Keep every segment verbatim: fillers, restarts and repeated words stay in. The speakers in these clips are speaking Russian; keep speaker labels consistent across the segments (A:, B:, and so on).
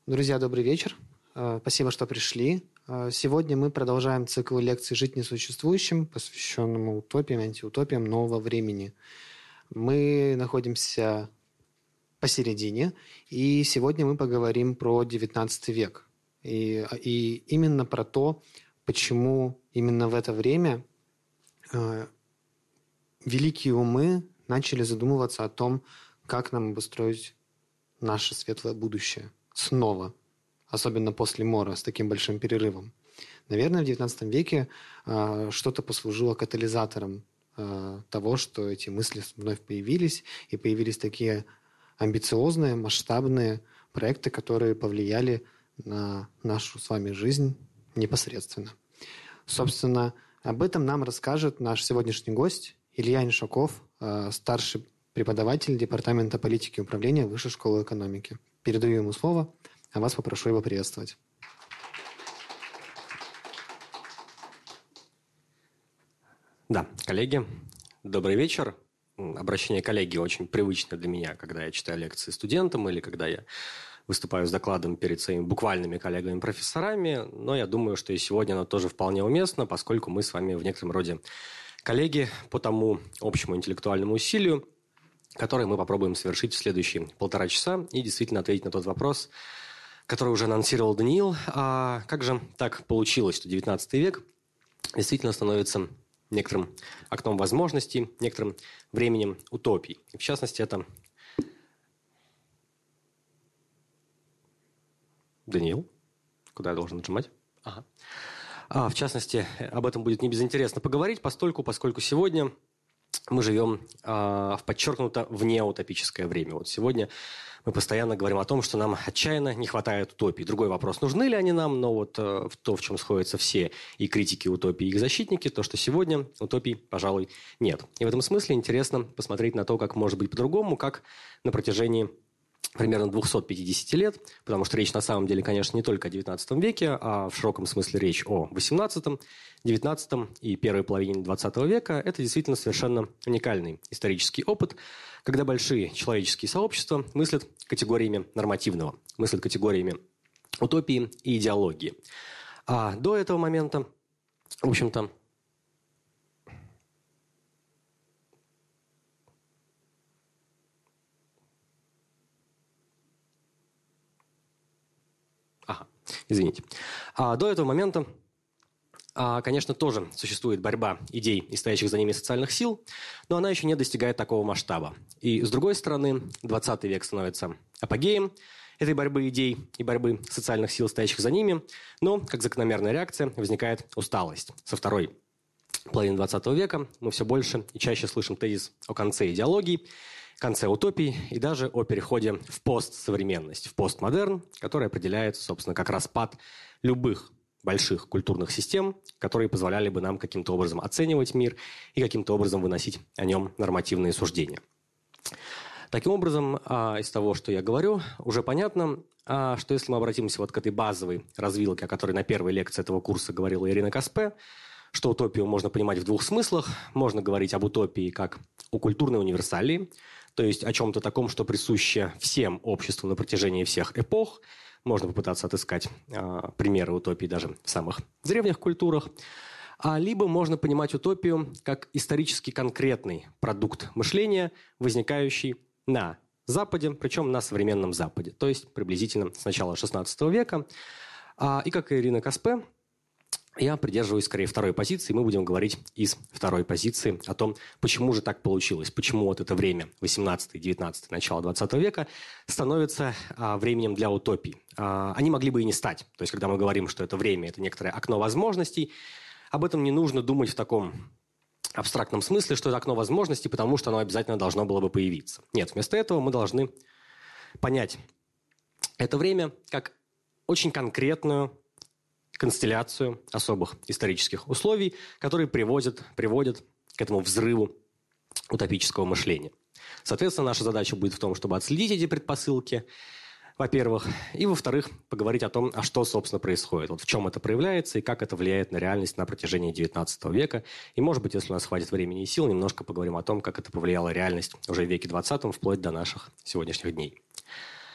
A: Друзья, добрый вечер. Спасибо, что пришли. Сегодня мы продолжаем цикл лекций «Жить несуществующим», посвященному утопиям и антиутопиям нового времени. Мы находимся посередине, и сегодня мы поговорим про девятнадцатый век. И, и именно про то, почему именно в это время э, великие умы начали задумываться о том, как нам обустроить наше светлое будущее снова, особенно после Мора, с таким большим перерывом. Наверное, в девятнадцатом веке э, что-то послужило катализатором э, того, что эти мысли вновь появились, и появились такие амбициозные, масштабные проекты, которые повлияли на нашу с вами жизнь непосредственно. Собственно, об этом нам расскажет наш сегодняшний гость Илья Иншаков, э, старший преподаватель Департамента политики и управления Высшей школы экономики. Передаю ему слово, а вас попрошу его приветствовать.
B: Да, коллеги, добрый вечер. Обращение коллеги очень привычно для меня, когда я читаю лекции студентам или когда я выступаю с докладом перед своими буквальными коллегами-профессорами, но я думаю, что и сегодня оно тоже вполне уместно, поскольку мы с вами в некотором роде коллеги по тому общему интеллектуальному усилию, который мы попробуем совершить в следующие полтора часа и действительно ответить на тот вопрос, который уже анонсировал Даниил. А как же так получилось, что девятнадцатый век действительно становится некоторым окном возможностей, некоторым временем утопий. И в частности, это... Даниил, куда я должен нажимать? Ага. А, в частности, об этом будет не безинтересно поговорить, постольку, поскольку сегодня мы живем а, в подчеркнуто внеутопическое время. Вот сегодня мы постоянно говорим о том, что нам отчаянно не хватает утопии. Другой вопрос, нужны ли они нам, но вот а, в то, в чем сходятся все и критики утопии, и их защитники, то, что сегодня утопий, пожалуй, нет. И в этом смысле интересно посмотреть на то, как может быть по-другому, как на протяжении примерно двести пятьдесят лет, потому что речь на самом деле, конечно, не только о девятнадцатом веке, а в широком смысле речь о восемнадцатом, девятнадцатом и первой половине двадцатого века. Это действительно совершенно уникальный исторический опыт, когда большие человеческие сообщества мыслят категориями нормативного, мыслят категориями утопии и идеологии. А до этого момента, в общем-то, Ага, извините. А до этого момента, а, конечно, тоже существует борьба идей и стоящих за ними социальных сил, но она еще не достигает такого масштаба. И, с другой стороны, двадцатый век становится апогеем этой борьбы идей и борьбы социальных сил, стоящих за ними, но, как закономерная реакция, возникает усталость. Со второй половины двадцатого века мы все больше и чаще слышим тезис о конце идеологии, конце утопии и даже о переходе в постсовременность, в постмодерн, который определяется, собственно, как распад любых больших культурных систем, которые позволяли бы нам каким-то образом оценивать мир и каким-то образом выносить о нем нормативные суждения. Таким образом, из того, что я говорю, уже понятно, что если мы обратимся вот к этой базовой развилке, о которой на первой лекции этого курса говорила Ирина Каспе, что утопию можно понимать в двух смыслах. Можно говорить об утопии как о культурной универсалии, то есть о чем-то таком, что присуще всем обществам на протяжении всех эпох. Можно попытаться отыскать э, примеры утопии даже в самых древних культурах. А либо можно понимать утопию как исторически конкретный продукт мышления, возникающий на Западе, причем на современном Западе, то есть приблизительно с начала шестнадцатого века. А, и как и Ирина Каспе, я придерживаюсь скорее второй позиции, мы будем говорить из второй позиции о том, почему же так получилось, почему вот это время, восемнадцатый, девятнадцатый, начало двадцатого века, становится а, временем для утопий. А, они могли бы и не стать. То есть, когда мы говорим, что это время, это некоторое окно возможностей, об этом не нужно думать в таком абстрактном смысле, что это окно возможностей, потому что оно обязательно должно было бы появиться. Нет, вместо этого мы должны понять это время как очень конкретную констелляцию особых исторических условий, которые приводят, приводят к этому взрыву утопического мышления. Соответственно, наша задача будет в том, чтобы отследить эти предпосылки, во-первых, и, во-вторых, поговорить о том, а что, собственно, происходит, вот в чем это проявляется и как это влияет на реальность на протяжении девятнадцатого века. И, может быть, если у нас хватит времени и сил, немножко поговорим о том, как это повлияло реальность уже в веке двадцатом, вплоть до наших сегодняшних дней.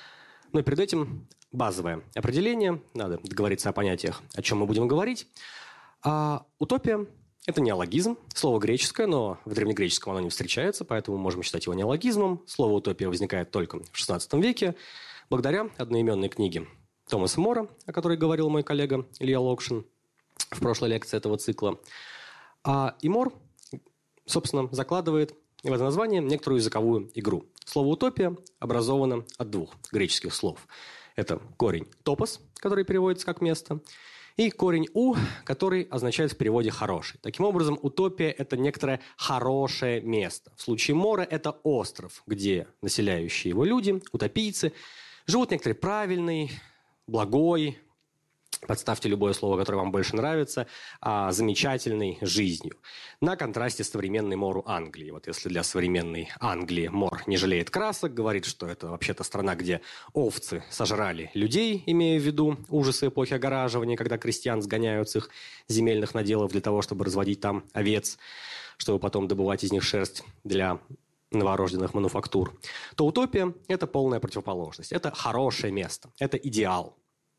B: Но перед этим базовое определение. Надо договориться о понятиях, о чем мы будем говорить. А утопия – это неологизм. Слово греческое, но в древнегреческом оно не встречается, поэтому мы можем считать его неологизмом. Слово «утопия» возникает только в шестнадцатом веке благодаря одноименной книге Томаса Мора, о которой говорил мой коллега Илья Локшин в прошлой лекции этого цикла. А и Мор, собственно, закладывает в это название некоторую языковую игру. Слово «утопия» образовано от двух греческих слов. Это корень «топос», который переводится как «место», и корень «у», который означает в переводе «хороший». Таким образом, утопия – это некоторое хорошее место. В случае Мора – это остров, где населяющие его люди, утопийцы, живут некоторой правильной, благой, подставьте любое слово, которое вам больше нравится, а, замечательной жизнью. На контрасте с современной Мору Англии. Вот если для современной Англии Мор не жалеет красок, говорит, что это вообще-то страна, где овцы сожрали людей, имея в виду ужасы эпохи огораживания, когда крестьян сгоняют с их земельных наделов для того, чтобы разводить там овец, чтобы потом добывать из них шерсть для новорожденных мануфактур, то утопия – это полная противоположность. Это хорошее место, это идеал.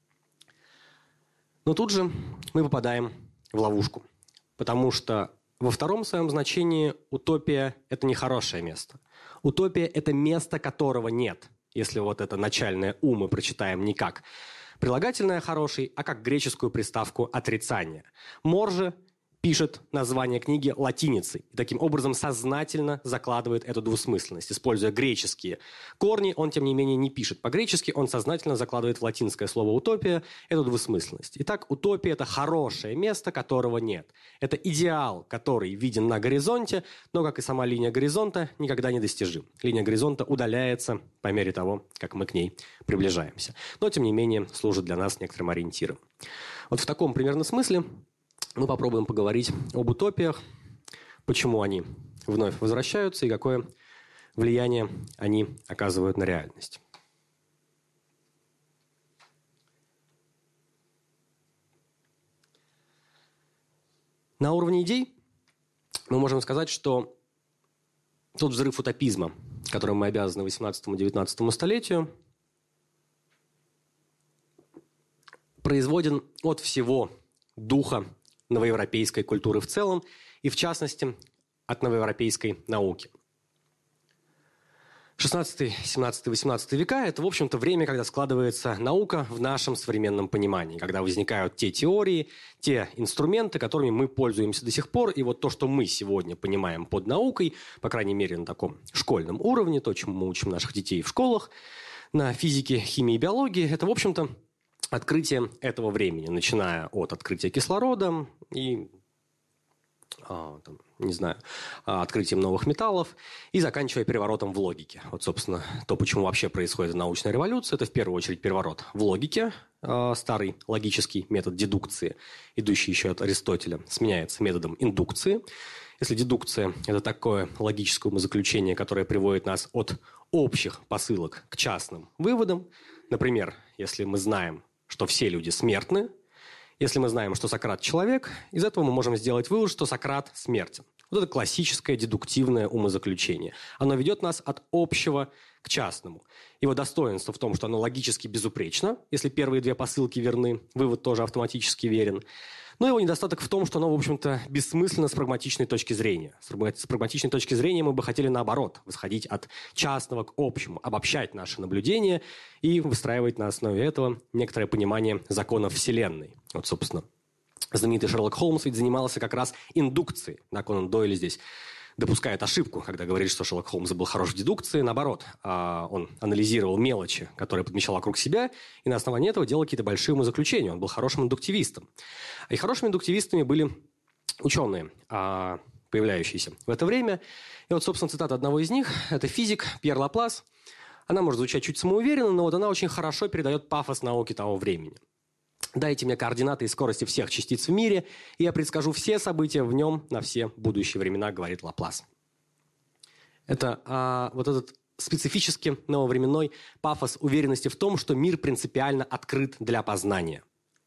B: Но тут же мы попадаем в ловушку, потому что во втором своем значении утопия – это не хорошее место. Утопия – это место, которого нет, если вот это начальное «у» мы прочитаем не как прилагательное «хороший», а как греческую приставку «отрицание». Мор же пишет название книги латиницей и таким образом сознательно закладывает эту двусмысленность. Используя греческие корни, он, тем не менее, не пишет по-гречески, он сознательно закладывает в латинское слово «утопия» эту двусмысленность. Итак, утопия – это хорошее место, которого нет. Это идеал, который виден на горизонте, но, как и сама линия горизонта, никогда не достижим. Линия горизонта удаляется по мере того, как мы к ней приближаемся. Но, тем не менее, служит для нас некоторым ориентиром. Вот в таком примерно смысле мы попробуем поговорить об утопиях, почему они вновь возвращаются и какое влияние они оказывают на реальность. На уровне идей мы можем сказать, что тот взрыв утопизма, которым мы обязаны восемнадцатому-девятнадцатому столетию, производен от всего духа новоевропейской культуры в целом и, в частности, от новоевропейской науки. шестнадцатый, семнадцатый, восемнадцатый века – это, в общем-то, время, когда складывается наука в нашем современном понимании, когда возникают те теории, те инструменты, которыми мы пользуемся до сих пор, и вот то, что мы сегодня понимаем под наукой, по крайней мере, на таком школьном уровне, то, чему мы учим наших детей в школах, на физике, химии и биологии, это, в общем-то, открытие этого времени, начиная от открытия кислорода и, а, там, не знаю, открытием новых металлов и заканчивая переворотом в логике. Вот, собственно, то, почему вообще происходит научная революция, это в первую очередь переворот в логике. А, старый логический метод дедукции, идущий еще от Аристотеля, сменяется методом индукции. Если дедукция – это такое логическое умозаключение, которое приводит нас от общих посылок к частным выводам, например, если мы знаем, что все люди смертны. Если мы знаем, что Сократ человек, из этого мы можем сделать вывод, что Сократ смертен. Вот это классическое дедуктивное умозаключение. Оно ведет нас от общего к частному. Его достоинство в том, что оно логически безупречно. Если первые две посылки верны, вывод тоже автоматически верен. Но его недостаток в том, что оно, в общем-то, бессмысленно с прагматичной точки зрения. С прагматичной точки зрения мы бы хотели, наоборот, восходить от частного к общему, обобщать наши наблюдения и выстраивать на основе этого некоторое понимание законов Вселенной. Вот, собственно, знаменитый Шерлок Холмс ведь занимался как раз индукцией. Да, Конан Дойль здесь допускает ошибку, когда говорит, что Шерлок Холмс был хорош в дедукции. Наоборот, он анализировал мелочи, которые подмечал вокруг себя, и на основании этого делал какие-то большие умозаключения. Он был хорошим индуктивистом. И хорошими индуктивистами были ученые, появляющиеся в это время. И вот, собственно, цитата одного из них. Это физик Пьер Лаплас. Она может звучать чуть самоуверенно, но вот она очень хорошо передает пафос науки того времени. Дайте мне координаты и скорости всех частиц в мире, и я предскажу все события в нем на все будущие времена, говорит Лаплас. Это а, вот этот специфически нововременной пафос уверенности в том, что мир принципиально открыт для познания.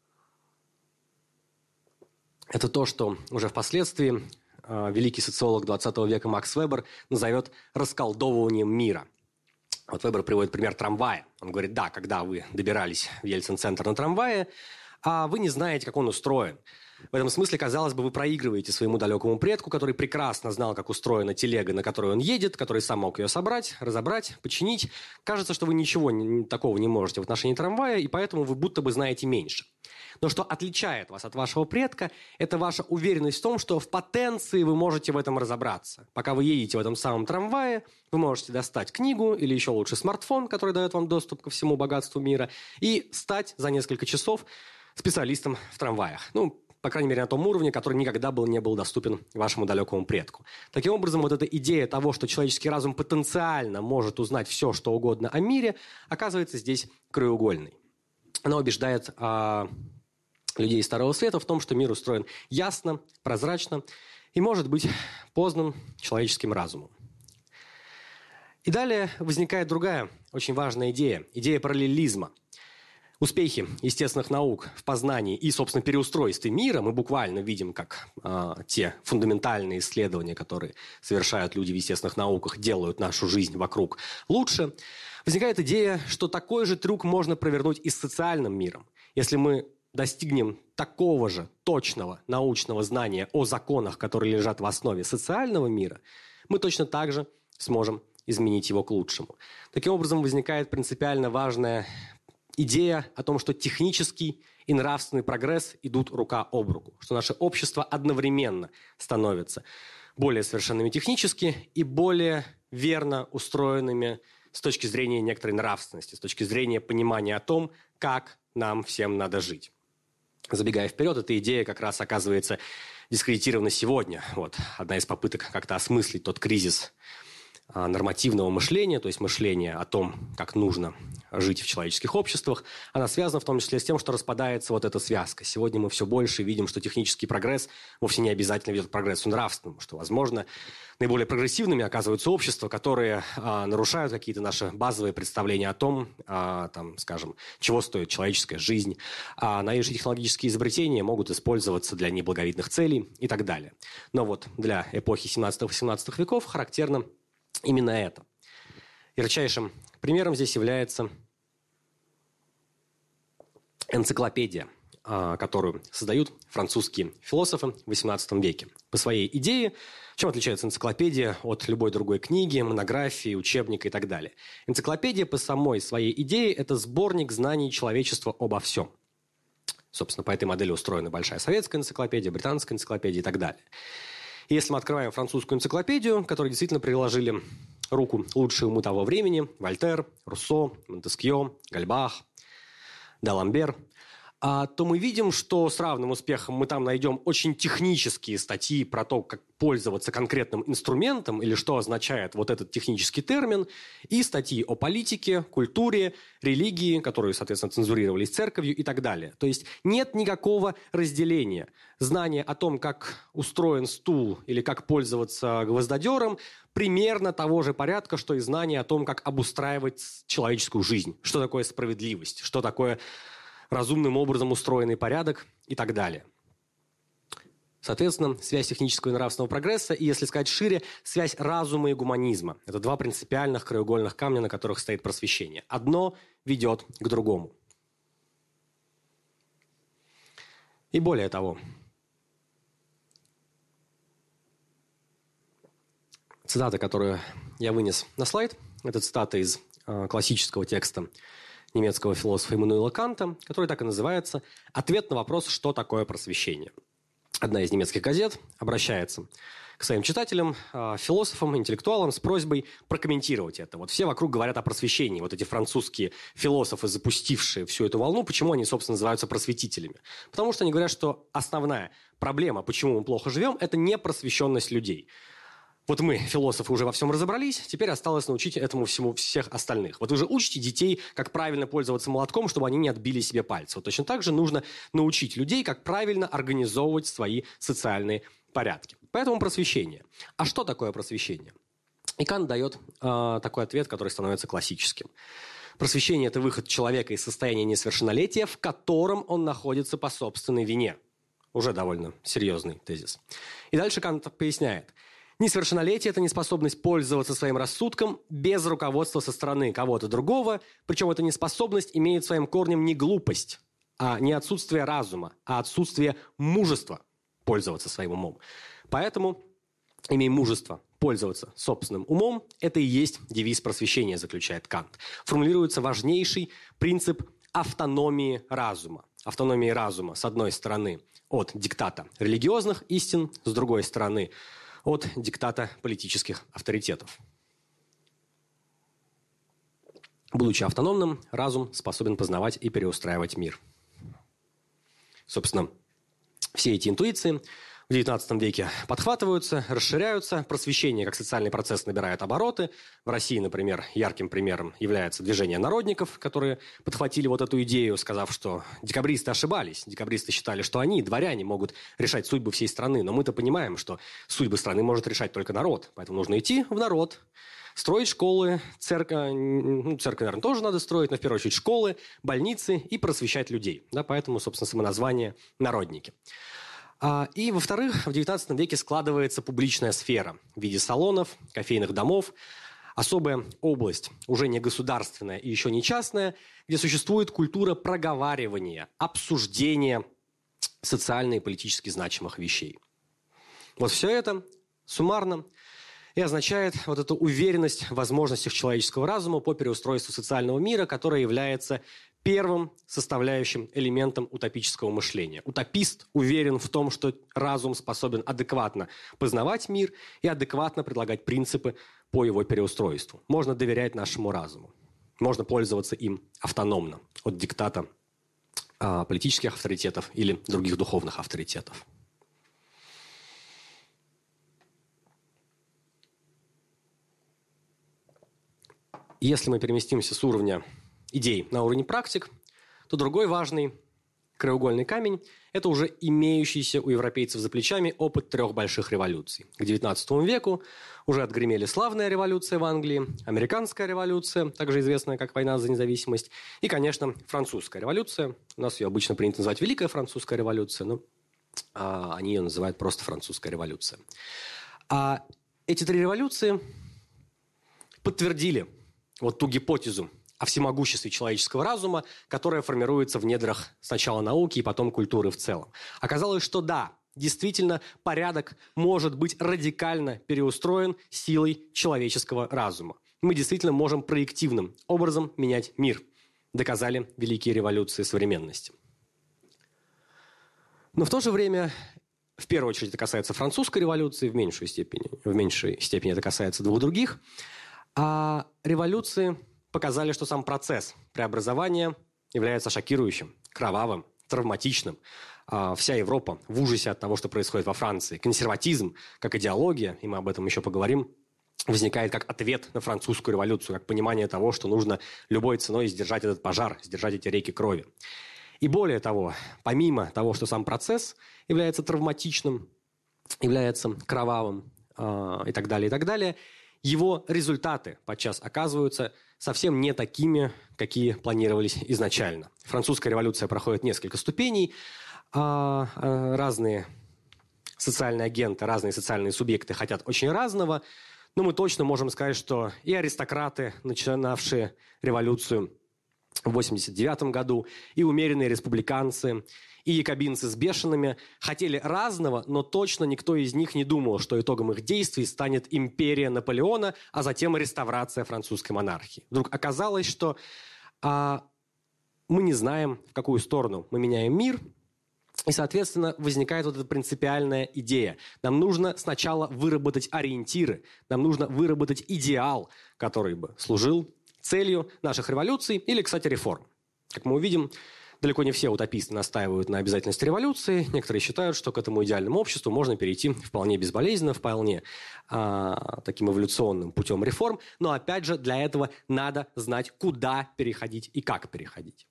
B: Это то, что уже впоследствии а, великий социолог двадцатого века Макс Вебер назовет расколдовыванием мира. Вот Вебер приводит пример трамвая. Он говорит, да, когда вы добирались в Ельцин-центр на трамвае, а вы не знаете, как он устроен. В этом смысле, казалось бы, вы проигрываете своему далекому предку, который прекрасно знал, как устроена телега, на которой он едет, который сам мог ее собрать, разобрать, починить. Кажется, что вы ничего не, такого не можете в отношении трамвая, и поэтому вы будто бы знаете меньше. Но что отличает вас от вашего предка, это ваша уверенность в том, что в потенции вы можете в этом разобраться. Пока вы едете в этом самом трамвае, вы можете достать книгу или еще лучше смартфон, который дает вам доступ ко всему богатству мира, и стать за несколько часов специалистом в трамваях. Ну, по крайней мере, на том уровне, который никогда был, не был доступен вашему далекому предку. Таким образом, вот эта идея того, что человеческий разум потенциально может узнать все, что угодно о мире, оказывается здесь краеугольной. Она убеждает а, людей Старого Света в том, что мир устроен ясно, прозрачно и может быть познан человеческим разумом. И далее возникает другая очень важная идея, идея параллелизма. Успехи естественных наук в познании и, собственно, переустройстве мира мы буквально видим, как э, те фундаментальные исследования, которые совершают люди в естественных науках, делают нашу жизнь вокруг лучше. Возникает идея, что такой же трюк можно провернуть и с социальным миром. Если мы достигнем такого же точного научного знания о законах, которые лежат в основе социального мира, мы точно так же сможем изменить его к лучшему. Таким образом, возникает принципиально важная идея о том, что технический и нравственный прогресс идут рука об руку, что наше общество одновременно становится более совершенными технически и более верно устроенными с точки зрения некоторой нравственности, с точки зрения понимания о том, как нам всем надо жить. Забегая вперед, эта идея как раз оказывается дискредитирована сегодня. Вот одна из попыток как-то осмыслить тот кризис нормативного мышления, то есть мышления о том, как нужно жить в человеческих обществах, она связана в том числе с тем, что распадается вот эта связка. Сегодня мы все больше видим, что технический прогресс вовсе не обязательно ведет к прогрессу нравственному, что, возможно, наиболее прогрессивными оказываются общества, которые а, нарушают какие-то наши базовые представления о том, а, там, скажем, чего стоит человеческая жизнь, а новейшие технологические изобретения могут использоваться для неблаговидных целей и так далее. Но вот для эпохи семнадцатого-восемнадцатого веков характерно именно это. Ярчайшим примером здесь является энциклопедия, которую создают французские философы в восемнадцатом веке. По своей идее, чем отличается энциклопедия от любой другой книги, монографии, учебника и так далее? Энциклопедия по самой своей идее – это сборник знаний человечества обо всем. Собственно, по этой модели устроена большая советская энциклопедия, британская энциклопедия и так далее. И если мы открываем французскую энциклопедию, которой действительно приложили руку лучшие умы того времени – Вольтер, Руссо, Монтескьё, Гальбах, Даламбер – то мы видим, что с равным успехом мы там найдем очень технические статьи про то, как пользоваться конкретным инструментом или что означает вот этот технический термин, и статьи о политике, культуре, религии, которые, соответственно, цензурировались церковью и так далее. То есть нет никакого разделения. Знание о том, как устроен стул или как пользоваться гвоздодером, примерно того же порядка, что и знание о том, как обустраивать человеческую жизнь, что такое справедливость, что такое разумным образом устроенный порядок и так далее. Соответственно, связь технического и нравственного прогресса, и, если сказать шире, связь разума и гуманизма. Это два принципиальных краеугольных камня, на которых стоит просвещение. Одно ведет к другому. И более того, цитата, которую я вынес на слайд, это цитата из э, классического текста немецкого философа Иммануила Канта, который так и называется «Ответ на вопрос, что такое просвещение». Одна из немецких газет обращается к своим читателям, философам, интеллектуалам с просьбой прокомментировать это. Вот все вокруг говорят о просвещении. Вот эти французские философы, запустившие всю эту волну, почему они, собственно, называются просветителями? Потому что они говорят, что основная проблема, почему мы плохо живем, это непросвещенность людей. Вот мы, философы, уже во всем разобрались, теперь осталось научить этому всему всех остальных. Вот вы же учите детей, как правильно пользоваться молотком, чтобы они не отбили себе пальцы. Вот точно так же нужно научить людей, как правильно организовывать свои социальные порядки. Поэтому просвещение. А что такое просвещение? И Кант дает э, такой ответ, который становится классическим. Просвещение – это выход человека из состояния несовершеннолетия, в котором он находится по собственной вине. Уже довольно серьезный тезис. И дальше Кант поясняет. Несовершеннолетие – это неспособность пользоваться своим рассудком без руководства со стороны кого-то другого, причем эта неспособность имеет своим корнем не глупость, а не отсутствие разума, а отсутствие мужества пользоваться своим умом. Поэтому «имей мужество пользоваться собственным умом» – это и есть девиз просвещения, заключает Кант. Формулируется важнейший принцип автономии разума. Автономии разума, с одной стороны, от диктата религиозных истин, с другой стороны, от диктата политических авторитетов. Будучи автономным, разум способен познавать и переустраивать мир. Собственно, все эти интуиции в девятнадцатом веке подхватываются, расширяются. Просвещение как социальный процесс набирает обороты. В России, например, ярким примером является движение народников, которые подхватили вот эту идею, сказав, что декабристы ошибались. Декабристы считали, что они, дворяне, могут решать судьбы всей страны. Но мы-то понимаем, что судьбы страны может решать только народ. Поэтому нужно идти в народ, строить школы, церковь, ну, церковь, наверное, тоже надо строить, но в первую очередь школы, больницы и просвещать людей. Да, поэтому, собственно, самоназвание «народники». И, во-вторых, в девятнадцатом веке складывается публичная сфера в виде салонов, кофейных домов, особая область, уже не государственная и еще не частная, где существует культура проговаривания, обсуждения социально и политически значимых вещей. Вот все это суммарно и означает вот эту уверенность в возможностях человеческого разума по переустройству социального мира, которая является первым составляющим элементом утопического мышления. Утопист уверен в том, что разум способен адекватно познавать мир и адекватно предлагать принципы по его переустройству. Можно доверять нашему разуму. Можно пользоваться им автономно от диктата а, политических авторитетов или других духовных авторитетов. Если мы переместимся с уровня идей на уровень практик, то другой важный краеугольный камень – это уже имеющийся у европейцев за плечами опыт трех больших революций. К девятнадцатому веку уже отгремели славная революция в Англии, американская революция, также известная как война за независимость, и, конечно, французская революция. У нас ее обычно принято называть Великая французская революция, но а, они ее называют просто французская революция. А эти три революции подтвердили вот ту гипотезу о всемогуществе человеческого разума, которая формируется в недрах сначала науки и потом культуры в целом. Оказалось, что да, действительно, порядок может быть радикально переустроен силой человеческого разума. Мы действительно можем проективным образом менять мир, доказали великие революции современности. Но в то же время, в первую очередь, это касается французской революции, в меньшей степени, в меньшей степени это касается двух других, а революции показали, что сам процесс преобразования является шокирующим, кровавым, травматичным. А вся Европа в ужасе от того, что происходит во Франции. Консерватизм, как идеология, и мы об этом еще поговорим, возникает как ответ на французскую революцию, как понимание того, что нужно любой ценой сдержать этот пожар, сдержать эти реки крови. И более того, помимо того, что сам процесс является травматичным, является кровавым э, и так далее, и так далее, его результаты подчас оказываются совсем не такими, какие планировались изначально. Французская революция проходит несколько ступеней. Разные социальные агенты, разные социальные субъекты хотят очень разного. Но мы точно можем сказать, что и аристократы, начинавшие революцию в восемьдесят девятом году, и умеренные республиканцы, и якобинцы с бешеными хотели разного, но точно никто из них не думал, что итогом их действий станет империя Наполеона, а затем реставрация французской монархии. Вдруг оказалось, что а, мы не знаем, в какую сторону мы меняем мир, и, соответственно, возникает вот эта принципиальная идея. Нам нужно сначала выработать ориентиры, нам нужно выработать идеал, который бы служил целью наших революций или, кстати, реформ. Как мы увидим, далеко не все утописты настаивают на обязательности революции. Некоторые считают, что к этому идеальному обществу можно перейти вполне безболезненно, вполне а, таким эволюционным путем реформ. Но, опять же, для этого надо знать, куда переходить и как переходить.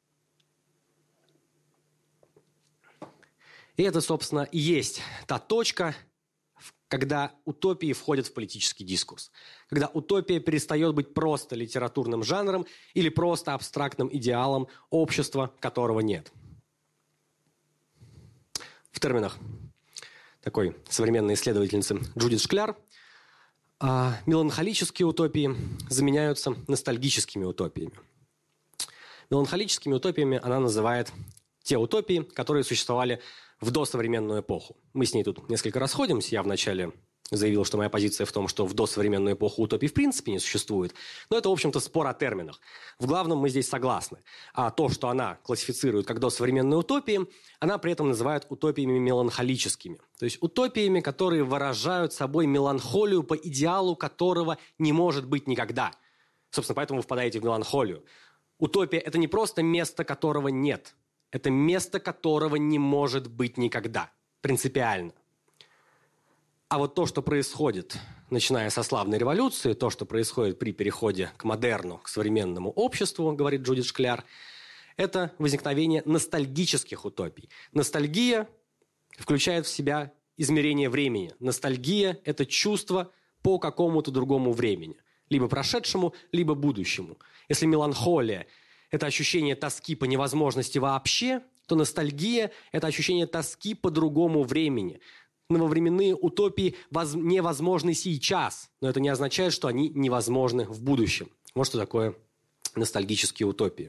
B: И это, собственно, и есть та точка, когда утопии входят в политический дискурс. Когда утопия перестает быть просто литературным жанром или просто абстрактным идеалом общества, которого нет. В терминах такой современной исследовательницы Джудит Шкляр А меланхолические утопии заменяются ностальгическими утопиями. Меланхолическими утопиями она называет те утопии, которые существовали в досовременную эпоху. Мы с ней тут несколько расходимся. Я вначале заявил, что моя позиция в том, что в досовременную эпоху утопии в принципе не существует. Но это, в общем-то, спор о терминах. В главном мы здесь согласны. А то, что она классифицирует как досовременные утопии, она при этом называет утопиями меланхолическими. То есть утопиями, которые выражают собой меланхолию, по идеалу которого не может быть никогда. Собственно, поэтому вы впадаете в меланхолию. Утопия – это не просто место, которого нет. Это место, которого не может быть никогда. Принципиально. А вот то, что происходит, начиная со славной революции, то, что происходит при переходе к модерну, к современному обществу, говорит Джудит Шкляр, это возникновение ностальгических утопий. Ностальгия включает в себя измерение времени. Ностальгия – это чувство по какому-то другому времени. Либо прошедшему, либо будущему. Если меланхолия – это ощущение тоски по невозможности вообще, то ностальгия – это ощущение тоски по другому времени. Нововременные утопии воз... невозможны сейчас, но это не означает, что они невозможны в будущем. Вот что такое ностальгические утопии.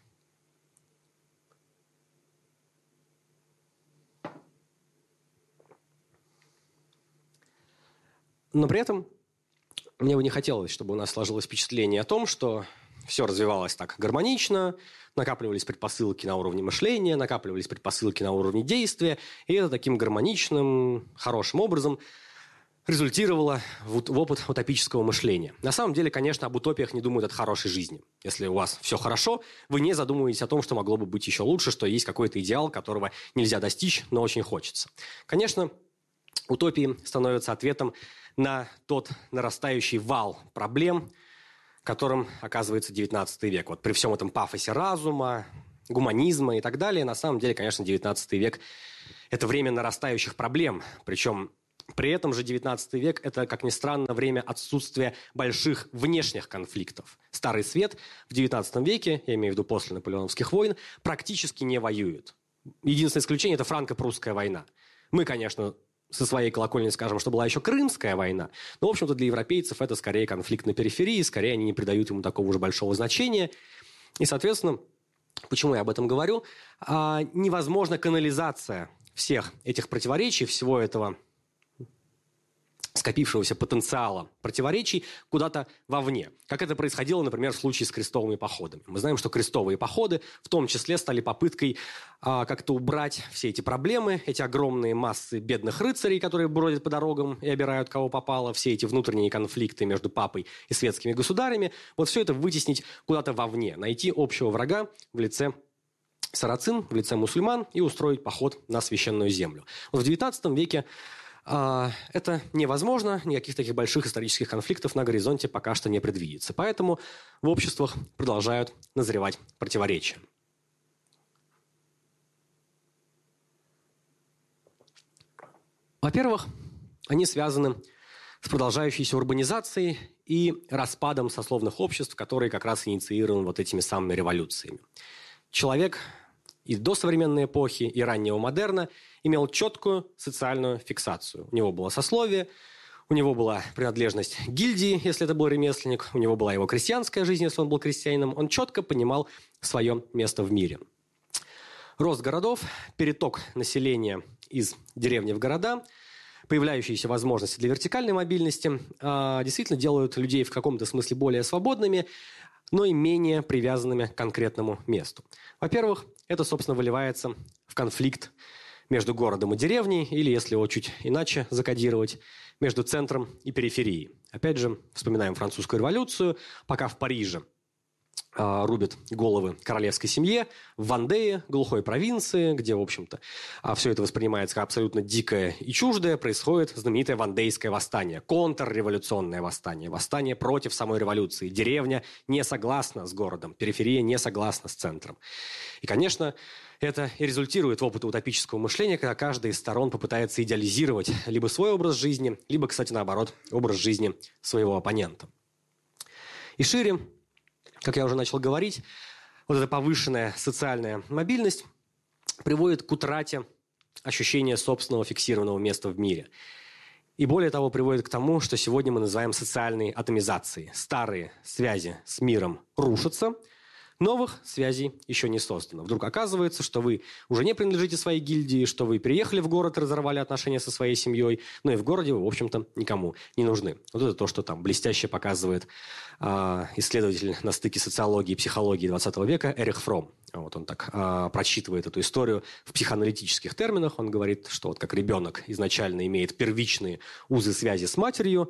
B: Но при этом мне бы не хотелось, чтобы у нас сложилось впечатление о том, что все развивалось так гармонично, накапливались предпосылки на уровне мышления, накапливались предпосылки на уровне действия, и это таким гармоничным, хорошим образом результировало в, в опыт утопического мышления. На самом деле, конечно, об утопиях не думают от хорошей жизни. Если у вас все хорошо, вы не задумываетесь о том, что могло бы быть еще лучше, что есть какой-то идеал, которого нельзя достичь, но очень хочется. Конечно, утопии становятся ответом на тот нарастающий вал проблем, которым оказывается девятнадцатый век. Вот при всем этом пафосе разума, гуманизма и так далее, на самом деле, конечно, девятнадцатый век – это время нарастающих проблем. Причем при этом же девятнадцатый век – это, как ни странно, время отсутствия больших внешних конфликтов. Старый свет в девятнадцатом веке, я имею в виду после наполеоновских войн, практически не воюет. Единственное исключение – это франко-прусская война. Мы, конечно, со своей колокольни скажем, что была еще Крымская война. Но, в общем-то, для европейцев это скорее конфликт на периферии, скорее они не придают ему такого же большого значения. И, соответственно, почему я об этом говорю? А, невозможна канализация всех этих противоречий, всего этого скопившегося потенциала противоречий куда-то вовне. Как это происходило, например, в случае с крестовыми походами. Мы знаем, что крестовые походы в том числе стали попыткой а, как-то убрать все эти проблемы, эти огромные массы бедных рыцарей, которые бродят по дорогам и обирают кого попало, все эти внутренние конфликты между папой и светскими государями. Вот все это вытеснить куда-то вовне, найти общего врага в лице сарацин, в лице мусульман и устроить поход на священную землю. Вот в девятнадцатом веке это невозможно, никаких таких больших исторических конфликтов на горизонте пока что не предвидится. Поэтому в обществах продолжают назревать противоречия. Во-первых, они связаны с продолжающейся урбанизацией и распадом сословных обществ, которые как раз инициированы вот этими самыми революциями. Человек и до современной эпохи, и раннего модерна имел четкую социальную фиксацию. У него было сословие, у него была принадлежность к гильдии, если это был ремесленник, у него была его крестьянская жизнь, если он был крестьянином. Он четко понимал свое место в мире. Рост городов, переток населения из деревни в города, появляющиеся возможности для вертикальной мобильности действительно делают людей в каком-то смысле более свободными, но и менее привязанными к конкретному месту. Во-первых, это, собственно, выливается в конфликт между городом и деревней, или, если его чуть иначе закодировать, между центром и периферией. Опять же, вспоминаем французскую революцию, пока в Париже э, рубят головы королевской семье, в Вандее, глухой провинции, где, в общем-то, э, все это воспринимается как абсолютно дикое и чуждое, происходит знаменитое вандейское восстание, контрреволюционное восстание, восстание против самой революции. Деревня не согласна с городом, периферия не согласна с центром. И, конечно, это и результирует в опыте утопического мышления, когда каждая из сторон попытается идеализировать либо свой образ жизни, либо, кстати, наоборот, образ жизни своего оппонента. И шире, как я уже начал говорить, вот эта повышенная социальная мобильность приводит к утрате ощущения собственного фиксированного места в мире. И более того, приводит к тому, что сегодня мы называем социальной атомизацией. Старые связи с миром рушатся, новых связей еще не создано. Вдруг оказывается, что вы уже не принадлежите своей гильдии, что вы приехали в город и разорвали отношения со своей семьей, но и в городе вы, в общем-то, никому не нужны. Вот это то, что там блестяще показывает э, исследователь на стыке социологии и психологии двадцатого века Эрих Фром. Вот он так э, прочитывает эту историю в психоаналитических терминах. Он говорит, что вот как ребенок изначально имеет первичные узы связи с матерью,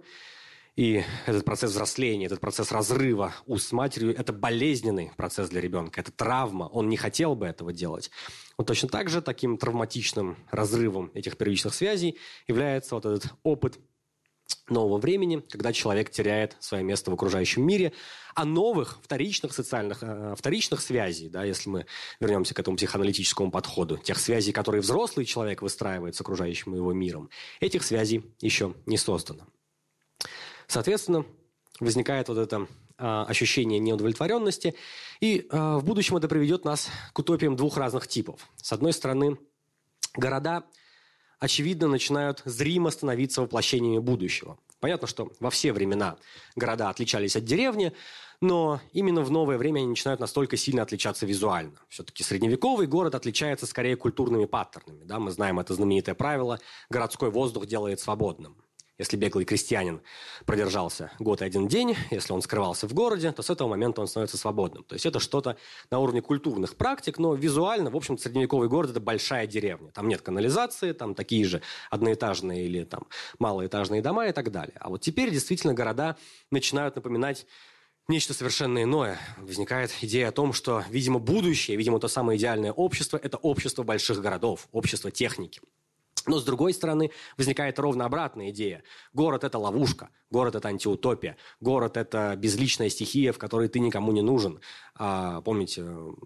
B: и этот процесс взросления, этот процесс разрыва уз с матерью – это болезненный процесс для ребенка, это травма, он не хотел бы этого делать. Вот точно так же таким травматичным разрывом этих первичных связей является вот этот опыт нового времени, когда человек теряет свое место в окружающем мире, а новых вторичных социальных, э, вторичных связей, да, если мы вернемся к этому психоаналитическому подходу, тех связей, которые взрослый человек выстраивает с окружающим его миром, этих связей еще не создано. Соответственно, возникает вот это э, ощущение неудовлетворенности, и э, в будущем это приведет нас к утопиям двух разных типов. С одной стороны, города, очевидно, начинают зримо становиться воплощениями будущего. Понятно, что во все времена города отличались от деревни, но именно в новое время они начинают настолько сильно отличаться визуально. Все-таки средневековый город отличается скорее культурными паттернами. Да? Мы знаем это знаменитое правило «городской воздух делает свободным». Если беглый крестьянин продержался год и один день, если он скрывался в городе, то с этого момента он становится свободным. То есть это что-то на уровне культурных практик, но визуально, в общем-то, средневековый город – это большая деревня. Там нет канализации, там такие же одноэтажные или там малоэтажные дома и так далее. А вот теперь действительно города начинают напоминать нечто совершенно иное. Возникает идея о том, что, видимо, будущее, видимо, то самое идеальное общество – это общество больших городов, общество техники. Но, с другой стороны, возникает ровно обратная идея. Город – это ловушка, город – это антиутопия, город – это безличная стихия, в которой ты никому не нужен. А, помните,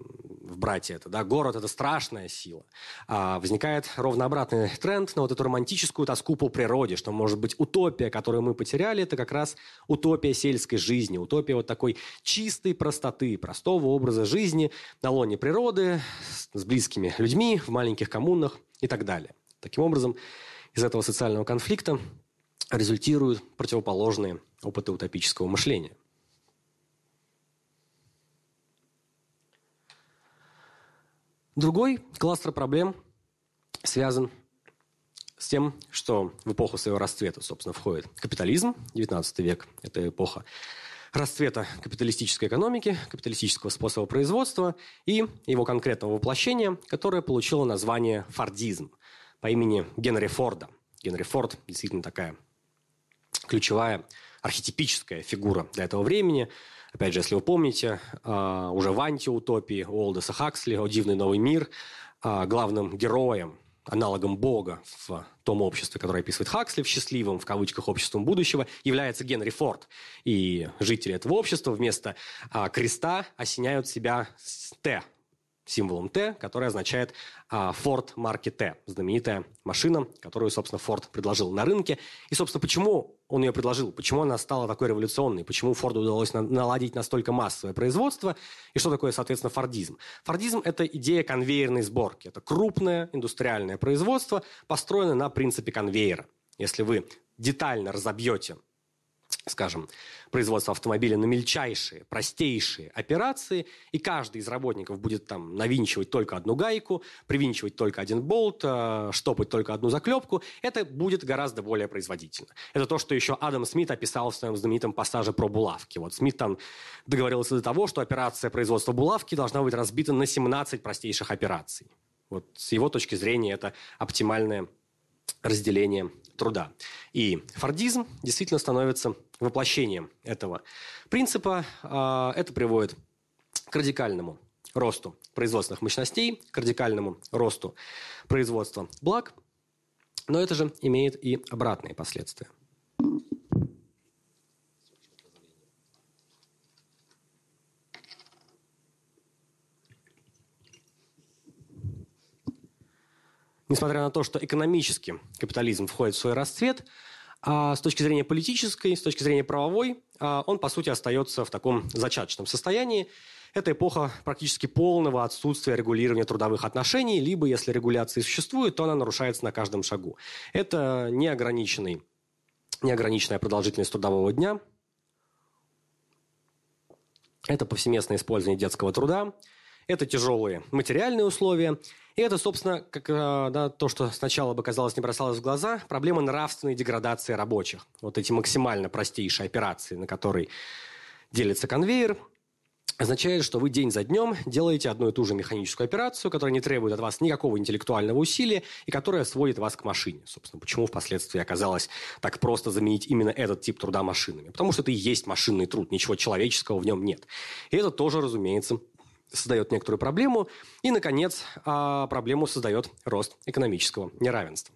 B: в «Брате» это, да? Город – это страшная сила. А, возникает ровно обратный тренд на вот эту романтическую тоску по природе, что, может быть, утопия, которую мы потеряли, это как раз утопия сельской жизни, утопия вот такой чистой простоты, простого образа жизни на лоне природы, с близкими людьми, в маленьких коммунах и так далее. Таким образом, из этого социального конфликта результируют противоположные опыты утопического мышления. Другой кластер проблем связан с тем, что в эпоху своего расцвета, собственно, входит капитализм, девятнадцатый век. Это эпоха расцвета капиталистической экономики, капиталистического способа производства и его конкретного воплощения, которое получило название фордизм по имени Генри Форда. Генри Форд действительно такая ключевая архетипическая фигура для этого времени. Опять же, если вы помните, уже в антиутопии у Олдоса Хаксли «О дивный новый мир» главным героем, аналогом Бога в том обществе, которое описывает Хаксли, в счастливом, в кавычках, обществом будущего, является Генри Форд. И жители этого общества вместо креста осеняют себя с «Т», символом Т, который означает а, Ford марки Т, знаменитая машина, которую, собственно, Ford предложил на рынке. И, собственно, почему он ее предложил, почему она стала такой революционной, почему Форду удалось на- наладить настолько массовое производство, и что такое, соответственно, фордизм. Фордизм – это идея конвейерной сборки. Это крупное индустриальное производство, построенное на принципе конвейера. Если вы детально разобьете, скажем, производство автомобиля на мельчайшие, простейшие операции, и каждый из работников будет там навинчивать только одну гайку, привинчивать только один болт, штопать только одну заклепку, это будет гораздо более производительно. Это то, что еще Адам Смит описал в своем знаменитом пассаже про булавки. Вот Смит там договорился до того, что операция производства булавки должна быть разбита на семнадцать простейших операций. Вот с его точки зрения это оптимальное разделение труда. И фордизм действительно становится воплощением этого принципа. Это приводит к радикальному росту производственных мощностей, к радикальному росту производства благ, но это же имеет и обратные последствия. Несмотря на то, что экономически капитализм входит в свой расцвет, а с точки зрения политической, с точки зрения правовой, он, по сути, остается в таком зачаточном состоянии. Это эпоха практически полного отсутствия регулирования трудовых отношений, либо, если регуляция существует, то она нарушается на каждом шагу. Это неограниченный неограниченная продолжительность трудового дня, это повсеместное использование детского труда, это тяжелые материальные условия, и это, собственно, как, да, то, что сначала бы казалось не бросалось в глаза, проблема нравственной деградации рабочих. Вот эти максимально простейшие операции, на которые делится конвейер, означает, что вы день за днем делаете одну и ту же механическую операцию, которая не требует от вас никакого интеллектуального усилия и которая сводит вас к машине. Собственно, почему впоследствии оказалось так просто заменить именно этот тип труда машинами? Потому что это и есть машинный труд, ничего человеческого в нем нет. И это тоже, разумеется, создает некоторую проблему. И, наконец, проблему создает рост экономического неравенства.